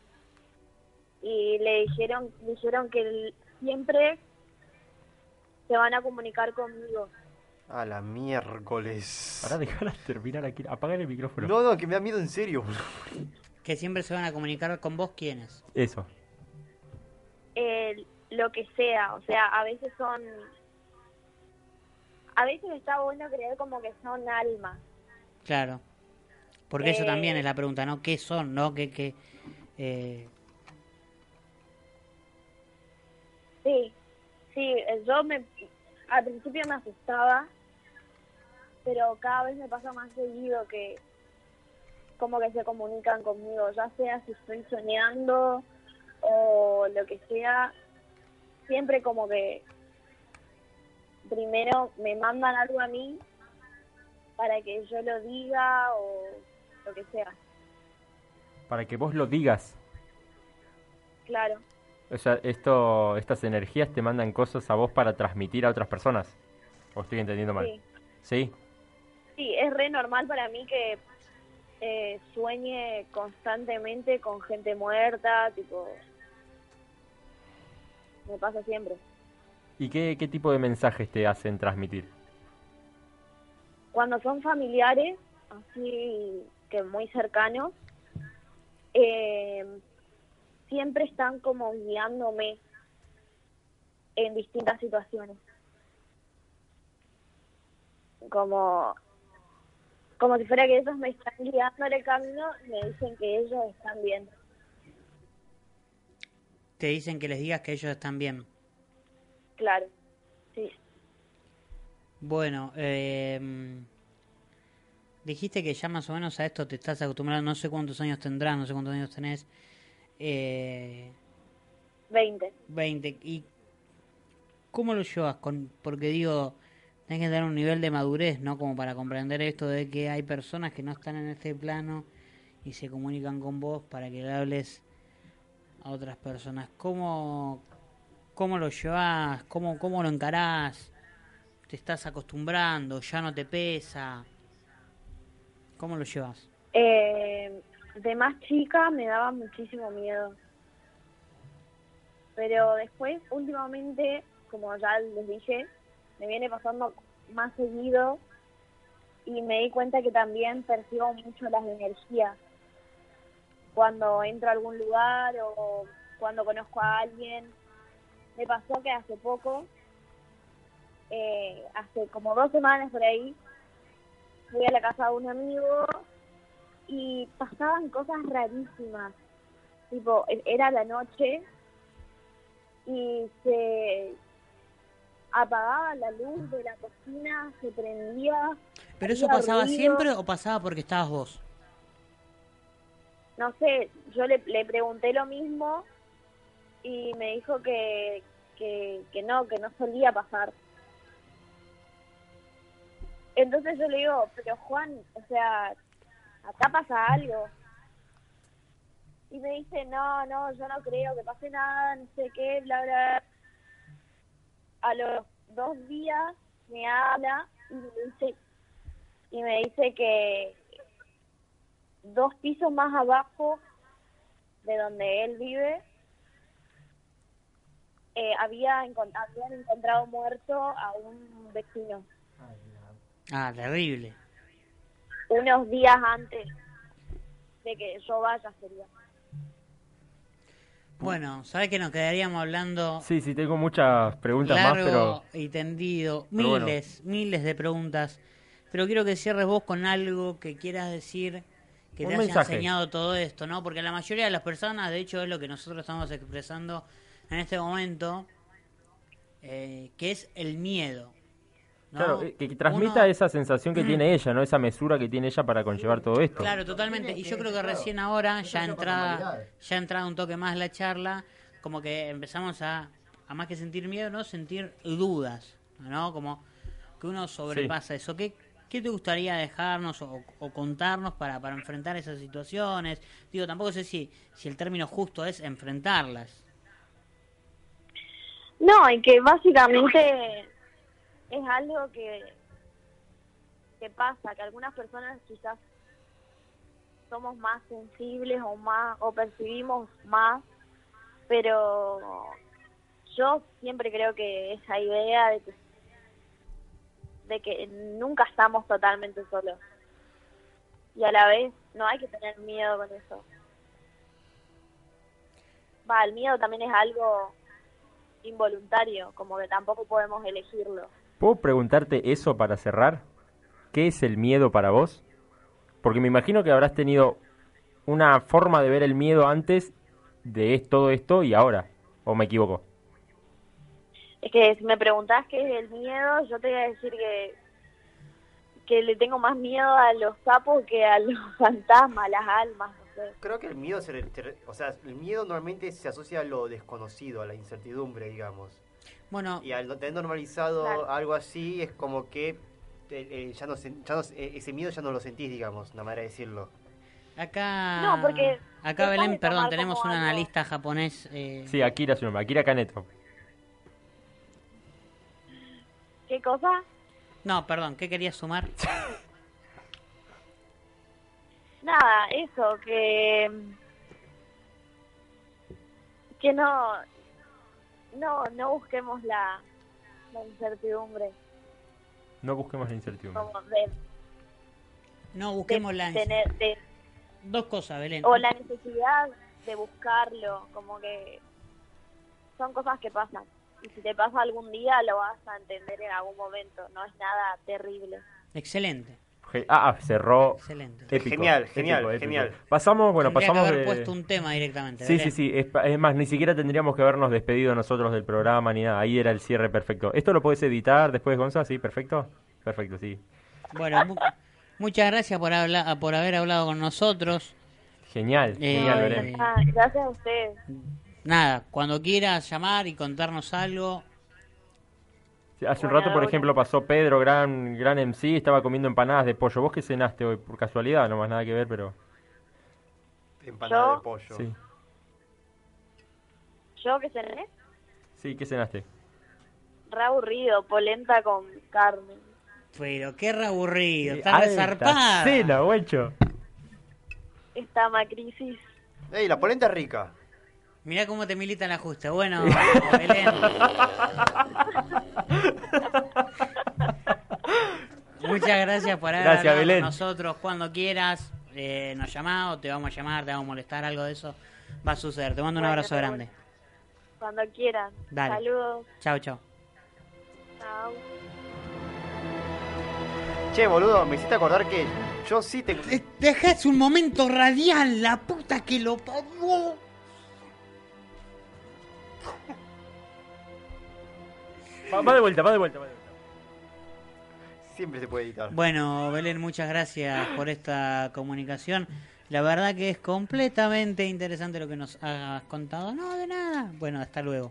y le dijeron dijeron que el- siempre se van a comunicar conmigo. A la miércoles. Para dejarla terminar aquí. Apagar el micrófono. No, no, que me da miedo en serio. Que siempre se van a comunicar con vos, ¿quiénes? Eso. Eh, lo que sea, o sea, a veces son, a veces está bueno creer como que son almas. Claro. Porque eso Eh. también es la pregunta, ¿no? ¿Qué son, no? ¿Qué, qué, eh, Sí, sí, eh, yo me, al principio me asustaba pero cada vez me pasa más seguido que como que se comunican conmigo, ya sea si estoy soñando o lo que sea, siempre como que primero me mandan algo a mí para que yo lo diga o lo que sea. Para que vos lo digas. Claro. O sea, esto, estas energías te mandan cosas a vos para transmitir a otras personas. ¿O estoy entendiendo mal? Sí. ¿Sí? Sí, es re normal para mí que eh, sueñe constantemente con gente muerta, tipo, me pasa siempre. ¿Y qué, qué tipo de mensajes te hacen transmitir? Cuando son familiares, así que muy cercanos, eh, siempre están como guiándome en distintas situaciones. Como, como si fuera que ellos me están guiando en el camino y me dicen que ellos están bien. Te dicen que les digas que ellos están bien. Claro, sí. Bueno, eh, dijiste que ya más o menos a esto te estás acostumbrando, no sé cuántos años tendrás, no sé cuántos años tenés. Eh, veinte. veinte. ¿Y cómo lo llevas? Con, porque digo, tenés que tener un nivel de madurez, ¿no? Como para comprender esto de que hay personas que no están en este plano y se comunican con vos para que le hables a otras personas. ¿Cómo, cómo lo llevas? ¿Cómo, cómo lo encarás? ¿Te estás acostumbrando? ¿Ya no te pesa? ¿Cómo lo llevas? Eh, de más chica me daba muchísimo miedo. Pero después, últimamente, como ya les dije, me viene pasando más seguido y me di cuenta que también percibo mucho las energías. Cuando entro a algún lugar o cuando conozco a alguien. Me pasó que hace poco, eh, hace como dos semanas por ahí, fui a la casa de un amigo y pasaban cosas rarísimas. Tipo, era la noche y se apagaba la luz de la cocina, se prendía. ¿Pero eso había pasaba ruido. siempre o pasaba porque estabas vos? No sé, yo le, le pregunté lo mismo y me dijo que, que, que no, que no solía pasar. Entonces yo le digo, pero Juan, o sea, acá pasa algo. Y me dice, no, no, yo no creo que pase nada, no sé qué, bla, bla. A los dos días me habla y me dice, y me dice que dos pisos más abajo de donde él vive, eh, había encont- habían encontrado muerto a un vecino Ah, terrible. unos días antes de que yo vaya, sería. Bueno, ¿sabés que nos quedaríamos hablando Sí, sí, tengo muchas preguntas largo más, pero... y tendido? pero bueno. Miles, miles de preguntas. Pero quiero que cierres vos con algo que quieras decir que Un te haya mensaje. enseñado todo esto, ¿no? Porque la mayoría de las personas, de hecho, es lo que nosotros estamos expresando en este momento, eh, que es el miedo, ¿no? Claro, eh, que, que transmita Uno- esa sensación que tiene ella, ¿no? Esa mesura que tiene ella para conllevar todo esto. Claro, totalmente. Y yo creo que recién ahora, ya entrada, normalidad. ya entrada un toque más la charla, como que empezamos a, a más que sentir miedo, ¿no? Sentir dudas, ¿no? Como que uno sobrepasa eso. ¿Qué, ¿Qué te gustaría dejarnos o, o contarnos para, para enfrentar esas situaciones? Digo, tampoco sé si, si el término justo es enfrentarlas. No, y que básicamente es algo que, que pasa, que algunas personas quizás somos más sensibles o más o percibimos más, pero yo siempre creo que esa idea de que, de que nunca estamos totalmente solos y a la vez no hay que tener miedo con eso. Va, el miedo también es algo involuntario, como que tampoco podemos elegirlo. ¿Puedo preguntarte eso para cerrar? ¿Qué es el miedo para vos? Porque me imagino que habrás tenido una forma de ver el miedo antes de es- todo esto y ahora, ¿o me equivoco? Es que si me preguntás qué es el miedo, yo te voy a decir que que le tengo más miedo a los sapos que a los fantasmas, a las almas, no sé. Creo que el miedo, se, re- o sea, el miedo normalmente se asocia a lo desconocido, a la incertidumbre, digamos. Bueno. Y al no tener normalizado Claro. algo así, es como que eh, eh, ya no, sen- ya no eh, ese miedo ya no lo sentís, digamos, una manera de decirlo. Acá, No, porque acá dejás Belén, de perdón, tomar tenemos como un algo. analista japonés. Eh, Sí, Akira es su nombre, Akira Kaneto. ¿Qué cosa? No, perdón, ¿qué querías sumar? Nada, eso, que... Que no... No, no busquemos la, la incertidumbre. No busquemos la incertidumbre. Como de, No busquemos de la tener... de- Dos cosas, Belén. o la necesidad de buscarlo, como que... Son cosas que pasan. Y si te pasa algún día, lo vas a entender en algún momento. No es nada terrible. Excelente. Ge- Ah, ah, cerró. Excelente. Épico, Genial, épico, genial, épico. genial. Pasamos, bueno, Tendría pasamos que haber de... puesto un tema directamente. Sí, Belén. sí, sí. Es, pa- es más, ni siquiera tendríamos que habernos despedido nosotros del programa ni nada. Ahí era el cierre perfecto. ¿Esto lo puedes editar después, Gonza? Sí, perfecto. Perfecto, sí. Bueno, mu- muchas gracias por, habla por haber hablado con nosotros. Genial, Eh, genial, eh, Belén. Ah, gracias a ustedes. Nada, cuando quieras llamar y contarnos algo. Sí, hace un Bueno, rato, por bueno. ejemplo, pasó Pedro, gran gran M C, estaba comiendo empanadas de pollo. ¿Vos qué cenaste hoy? Por casualidad, no más nada que ver, pero... Empanada ¿Yo? de pollo. Sí, Yo que cené, sí, ¿qué cenaste? re aburrido, polenta con carne. Pero qué re aburrido, Eh, está alta resarpada. cena, guacho. Esta macrisis. Ey, la polenta es rica. Mirá cómo te milita el ajuste. Bueno, Belén. Muchas gracias por haber Gracias, hablado Belén. con nosotros. Cuando quieras, eh, nos llamás o te vamos a llamar, te vamos a molestar, algo de eso va a suceder. Te mando un Bueno, abrazo pero grande. Cuando quieran. Dale. Saludos. Chao, chao. Chao. Che, boludo, me hiciste acordar que yo sí te... Dejás un momento radial, la puta que lo parió. Va, va de vuelta, va de vuelta, va de vuelta. Siempre se puede editar. Bueno, Belén, muchas gracias por esta comunicación. La verdad que es completamente interesante lo que nos has contado. No, de nada. Bueno, hasta luego.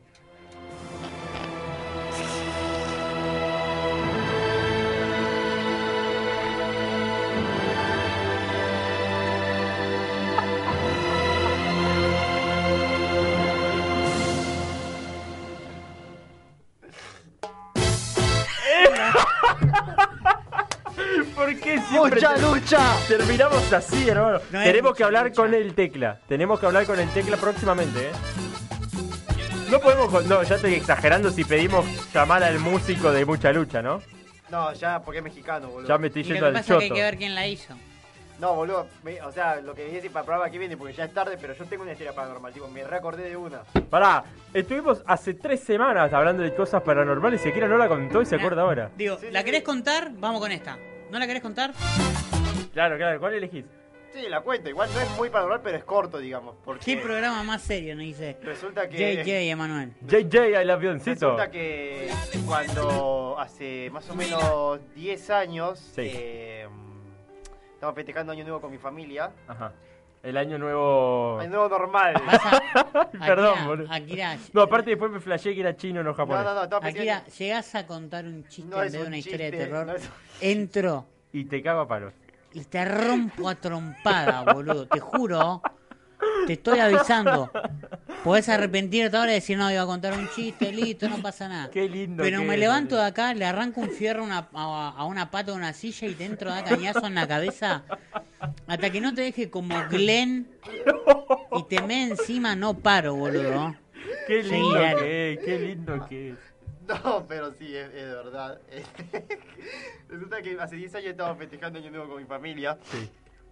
¿Por qué siempre ¡Mucha te- lucha! terminamos así, hermano? No es Tenemos mucha que hablar lucha. con el Tecla. Tenemos que hablar con el Tecla próximamente, ¿eh? No podemos... con- No, ya estoy exagerando si pedimos llamar al músico de Mucha Lucha, ¿no? No, ya, porque es mexicano, boludo. Ya me estoy Y lo yendo que al pasa es que hay choto. que ver quién la hizo. No, boludo, me- o sea, lo que voy a decir para el programa que viene, porque ya es tarde, pero yo tengo una historia paranormal, tipo, me recordé de una. Pará, estuvimos hace tres semanas hablando de cosas paranormales y Akira no la contó y se acuerda ahora. Digo, ¿la querés contar? Vamos con esta. ¿No la querés contar? Claro, claro, ¿cuál elegís? Sí, la cuento, igual no es muy paranormal, pero es corto, digamos, porque ¿Qué programa más serio nos dice? resulta que... J J, Emanuel. J J, el avioncito. Resulta que cuando hace más o menos diez años Sí. eh, estamos festejando Año Nuevo con mi familia. Ajá. El año nuevo... Año Nuevo normal. Perdón, Akira, boludo. Akira, No, aparte después me flasheé que era chino, no No, japonés. no, no, estamos Akira, festejando- llegás a contar un chiste No en es vez de un una historia de chiste, terror. no es un- Entro Y te cago a palos. y te rompo a trompada, boludo. Te juro. Te estoy avisando. Podés arrepentirte ahora y decir, no, iba a contar un chiste, listo, no pasa nada. Qué lindo Pero que me es, levanto boludo. de acá, le arranco un fierro a una- a, a una pata de una silla y te entro da cañazo en la cabeza. Hasta que no te deje como Glenn y te me encima, no paro, boludo. Qué Sí, lindo dale. que es, qué lindo que es. No, pero sí, es, es de verdad. Resulta que hace diez años estamos festejando Año Nuevo con mi familia. Sí.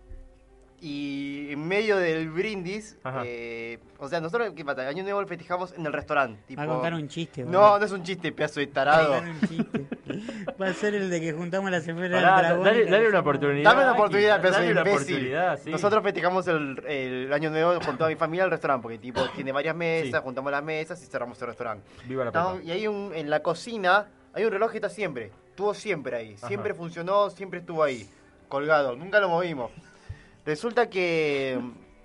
Y en medio del brindis, Ajá. eh, o sea, nosotros, ¿qué pasa? Año Nuevo lo festejamos en el restaurante. Tipo, Va a contar un chiste, boludo. No, no es un chiste, pedazo de Va a tarado. contar un chiste. Va a ser el de que juntamos las esferas del Pará, dragón. dale, y dale que una hacemos- oportunidad. Dame una Aki, oportunidad, pedazo de dale una imbécil. oportunidad, sí. Nosotros festejamos el, el Año Nuevo con toda mi familia al restaurante, porque tipo tiene varias mesas, juntamos las mesas y cerramos el restaurante. Viva la Estamos- pepa. y hay un, en la cocina, hay un reloj que está siempre. estuvo siempre ahí, Ajá. siempre funcionó, siempre estuvo ahí, colgado, nunca lo movimos. Resulta que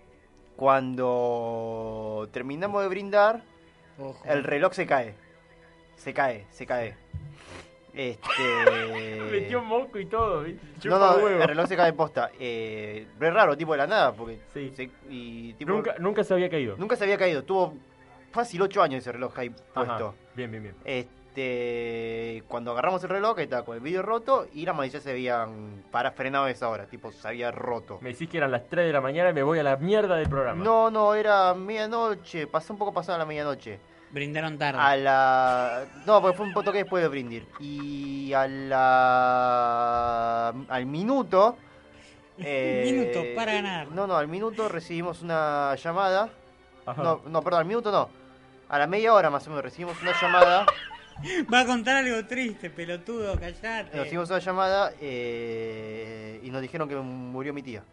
cuando terminamos de brindar, Ojo. el reloj se cae, se cae, se cae. Este... Metió moco y todo, ¿viste? No, Chupa no, huevo. el reloj se cae de posta. Eh, es raro, tipo de la nada, porque... Sí. se- y, tipo, Nunca, nunca se había caído. nunca se había caído, tuvo fácil ocho años ese reloj ahí Ajá. puesto. Bien, bien, bien. Este, cuando agarramos el reloj, estaba con el vidrio roto y las manillas se habían para frenado a esa hora, tipo se había roto. Me decís que eran las tres de la mañana y me voy a la mierda del programa. No, no, era medianoche, pasó un poco pasada la medianoche. Brindaron tarde. A la... No, porque fue un poco que después de brindir. Y a la... Al minuto... eh, Minuto para ganar. No, no, al minuto recibimos una llamada. Ajá. No, no, perdón, al minuto no. A la media hora más o menos recibimos una llamada. Va a contar algo triste, pelotudo, callate. Recibimos una llamada eh, y nos dijeron que murió mi tía.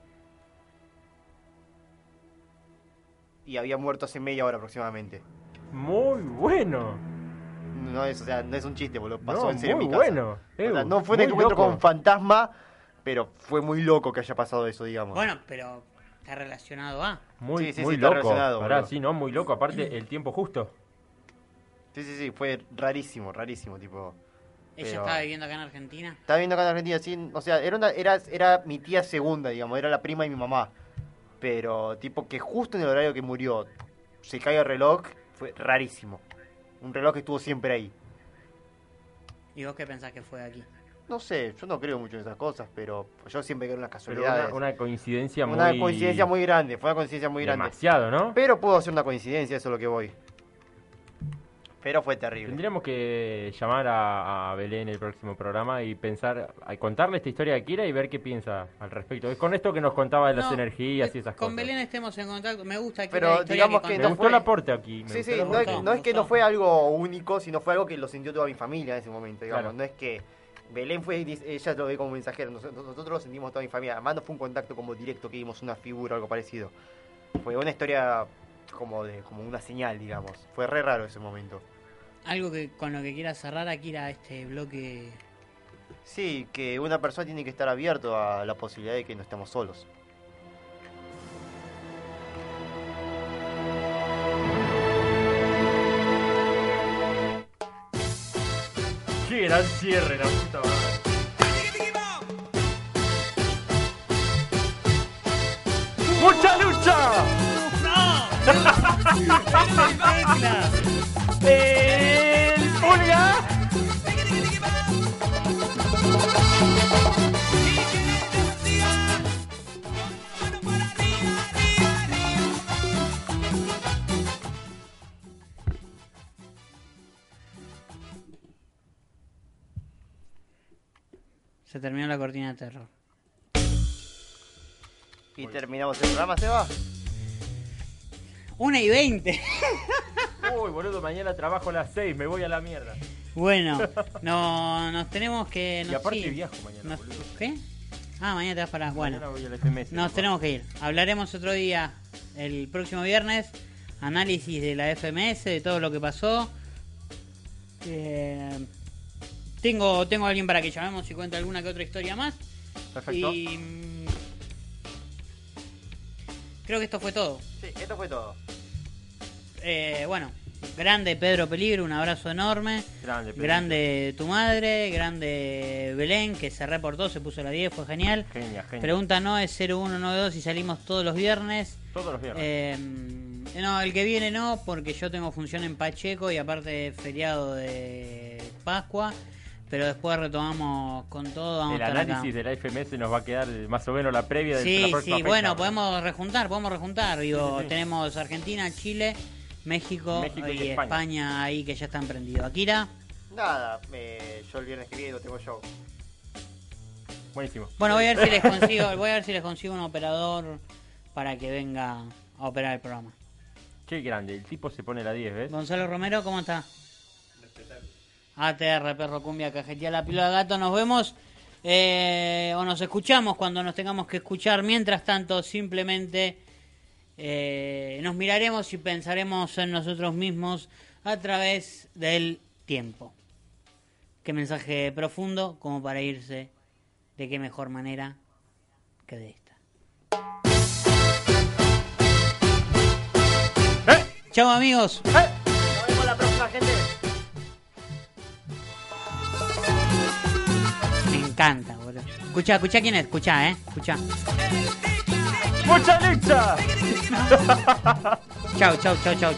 Y había muerto hace media hora aproximadamente. Muy bueno. No es, o sea, no es un chiste, boludo. Pasó No, en serio muy en mi casa. bueno. O sea, Ew, no fue un muy encuentro loco. con fantasma, pero fue muy loco que haya pasado eso, digamos. Bueno, pero está relacionado a. Muy, Sí, sí, muy sí, está loco. relacionado, Pará, boludo. sí, no, muy loco. Aparte, el tiempo justo. Sí, sí, sí, fue rarísimo, rarísimo, tipo. Ella pero- estaba viviendo acá en Argentina. Estaba viendo acá en Argentina, sí, o sea, era, una, era, era mi tía segunda, digamos, era la prima de mi mamá. Pero, tipo, que justo en el horario que murió se caiga el reloj, fue rarísimo. Un reloj que estuvo siempre ahí. ¿Y vos qué pensás que fue aquí? No sé, yo no creo mucho en esas cosas, pero yo siempre creo en las Pero casualidades. una, una coincidencia muy... Una coincidencia muy grande, fue una coincidencia muy grande. Demasiado, ¿no? Pero pudo ser una coincidencia, eso es lo que voy. Pero fue terrible. Tendríamos que llamar a, a Belén el próximo programa y pensar, a contarle esta historia a Kira y ver qué piensa al respecto. Es con esto que nos contaba de las No, energías y esas Con cosas. Belén estemos en contacto. Me gusta que Pero la historia digamos que que Me no gustó fue- el aporte aquí. me Sí, gustó sí, el no es, aporte. no es que no fue algo único, sino fue algo que lo sintió toda mi familia en ese momento, digamos. Claro. No es que Belén fue, ella lo ve como mensajero, nosotros, nosotros lo sentimos toda mi familia. Además no fue un contacto como directo que vimos una figura o algo parecido. Fue una historia como de como una señal, digamos. Fue re raro ese momento. Algo que con lo que quieras cerrar, Akira, este bloque. Sí, que una persona tiene que estar abierto a la posibilidad de que no estemos solos. Qué gran cierre, la puta madre. ¡Mucha lucha! ¡El Pulga! Se terminó la cortina de terror. Y terminamos el programa, Seba. Una y veinte. Uy, boludo, mañana trabajo a las seis, me voy a la mierda. Bueno, no, nos tenemos que. Y nos- aparte sí, viajo mañana, nos- boludo. ¿Qué? Ah, mañana te vas para. Bueno, Mañana voy al F M S. nos papá. tenemos que ir. Hablaremos otro día, el próximo viernes. Análisis de la F M S, de todo lo que pasó. Eh, tengo, tengo a alguien para que llamemos y cuente alguna que otra historia más. Perfecto. Y. mm, Creo que esto fue todo. Sí, esto fue todo. Eh, bueno, grande Pedro Peligro, un abrazo enorme. Grande, Pedro. Grande tu madre, grande Belén, que se reportó, se puso la diez, fue genial. Genia, genia. Pregunta no es cero uno nueve dos y salimos todos los viernes. Todos los viernes. Eh, no, el que viene no, porque yo tengo función en Pacheco y aparte feriado de Pascua. Pero después retomamos con todo. Vamos El a estar acá. análisis de la F M S nos va a quedar más o menos la previa de la Sí, próxima sí, fecha. bueno, podemos rejuntar, podemos rejuntar. Digo, Sí, sí, sí. tenemos Argentina, Chile, México, México y y España. España. ahí que ya están prendidos. Akira. Nada, eh, yo el viernes que viene no tengo show. Buenísimo. Bueno, voy a ver si les consigo, voy a ver si les consigo un operador para que venga a operar el programa. Qué grande, el tipo se pone la diez, ¿ves? Gonzalo Romero, ¿cómo está? A T R, perro cumbia, cajetilla la pila de gato. Nos vemos eh, o nos escuchamos cuando nos tengamos que escuchar. Mientras tanto, simplemente eh, nos miraremos y pensaremos en nosotros mismos a través del tiempo. Qué mensaje profundo, como para irse de qué mejor manera que de esta. ¡Eh! Chao, amigos. ¡Eh! Nos vemos la próxima, gente. Me encanta, boludo. Escucha, escucha quién es, escucha, eh. Escucha. ¡Mucha licha! Chao, chao, chao, chao.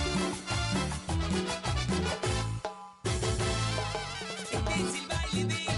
Este es el baile de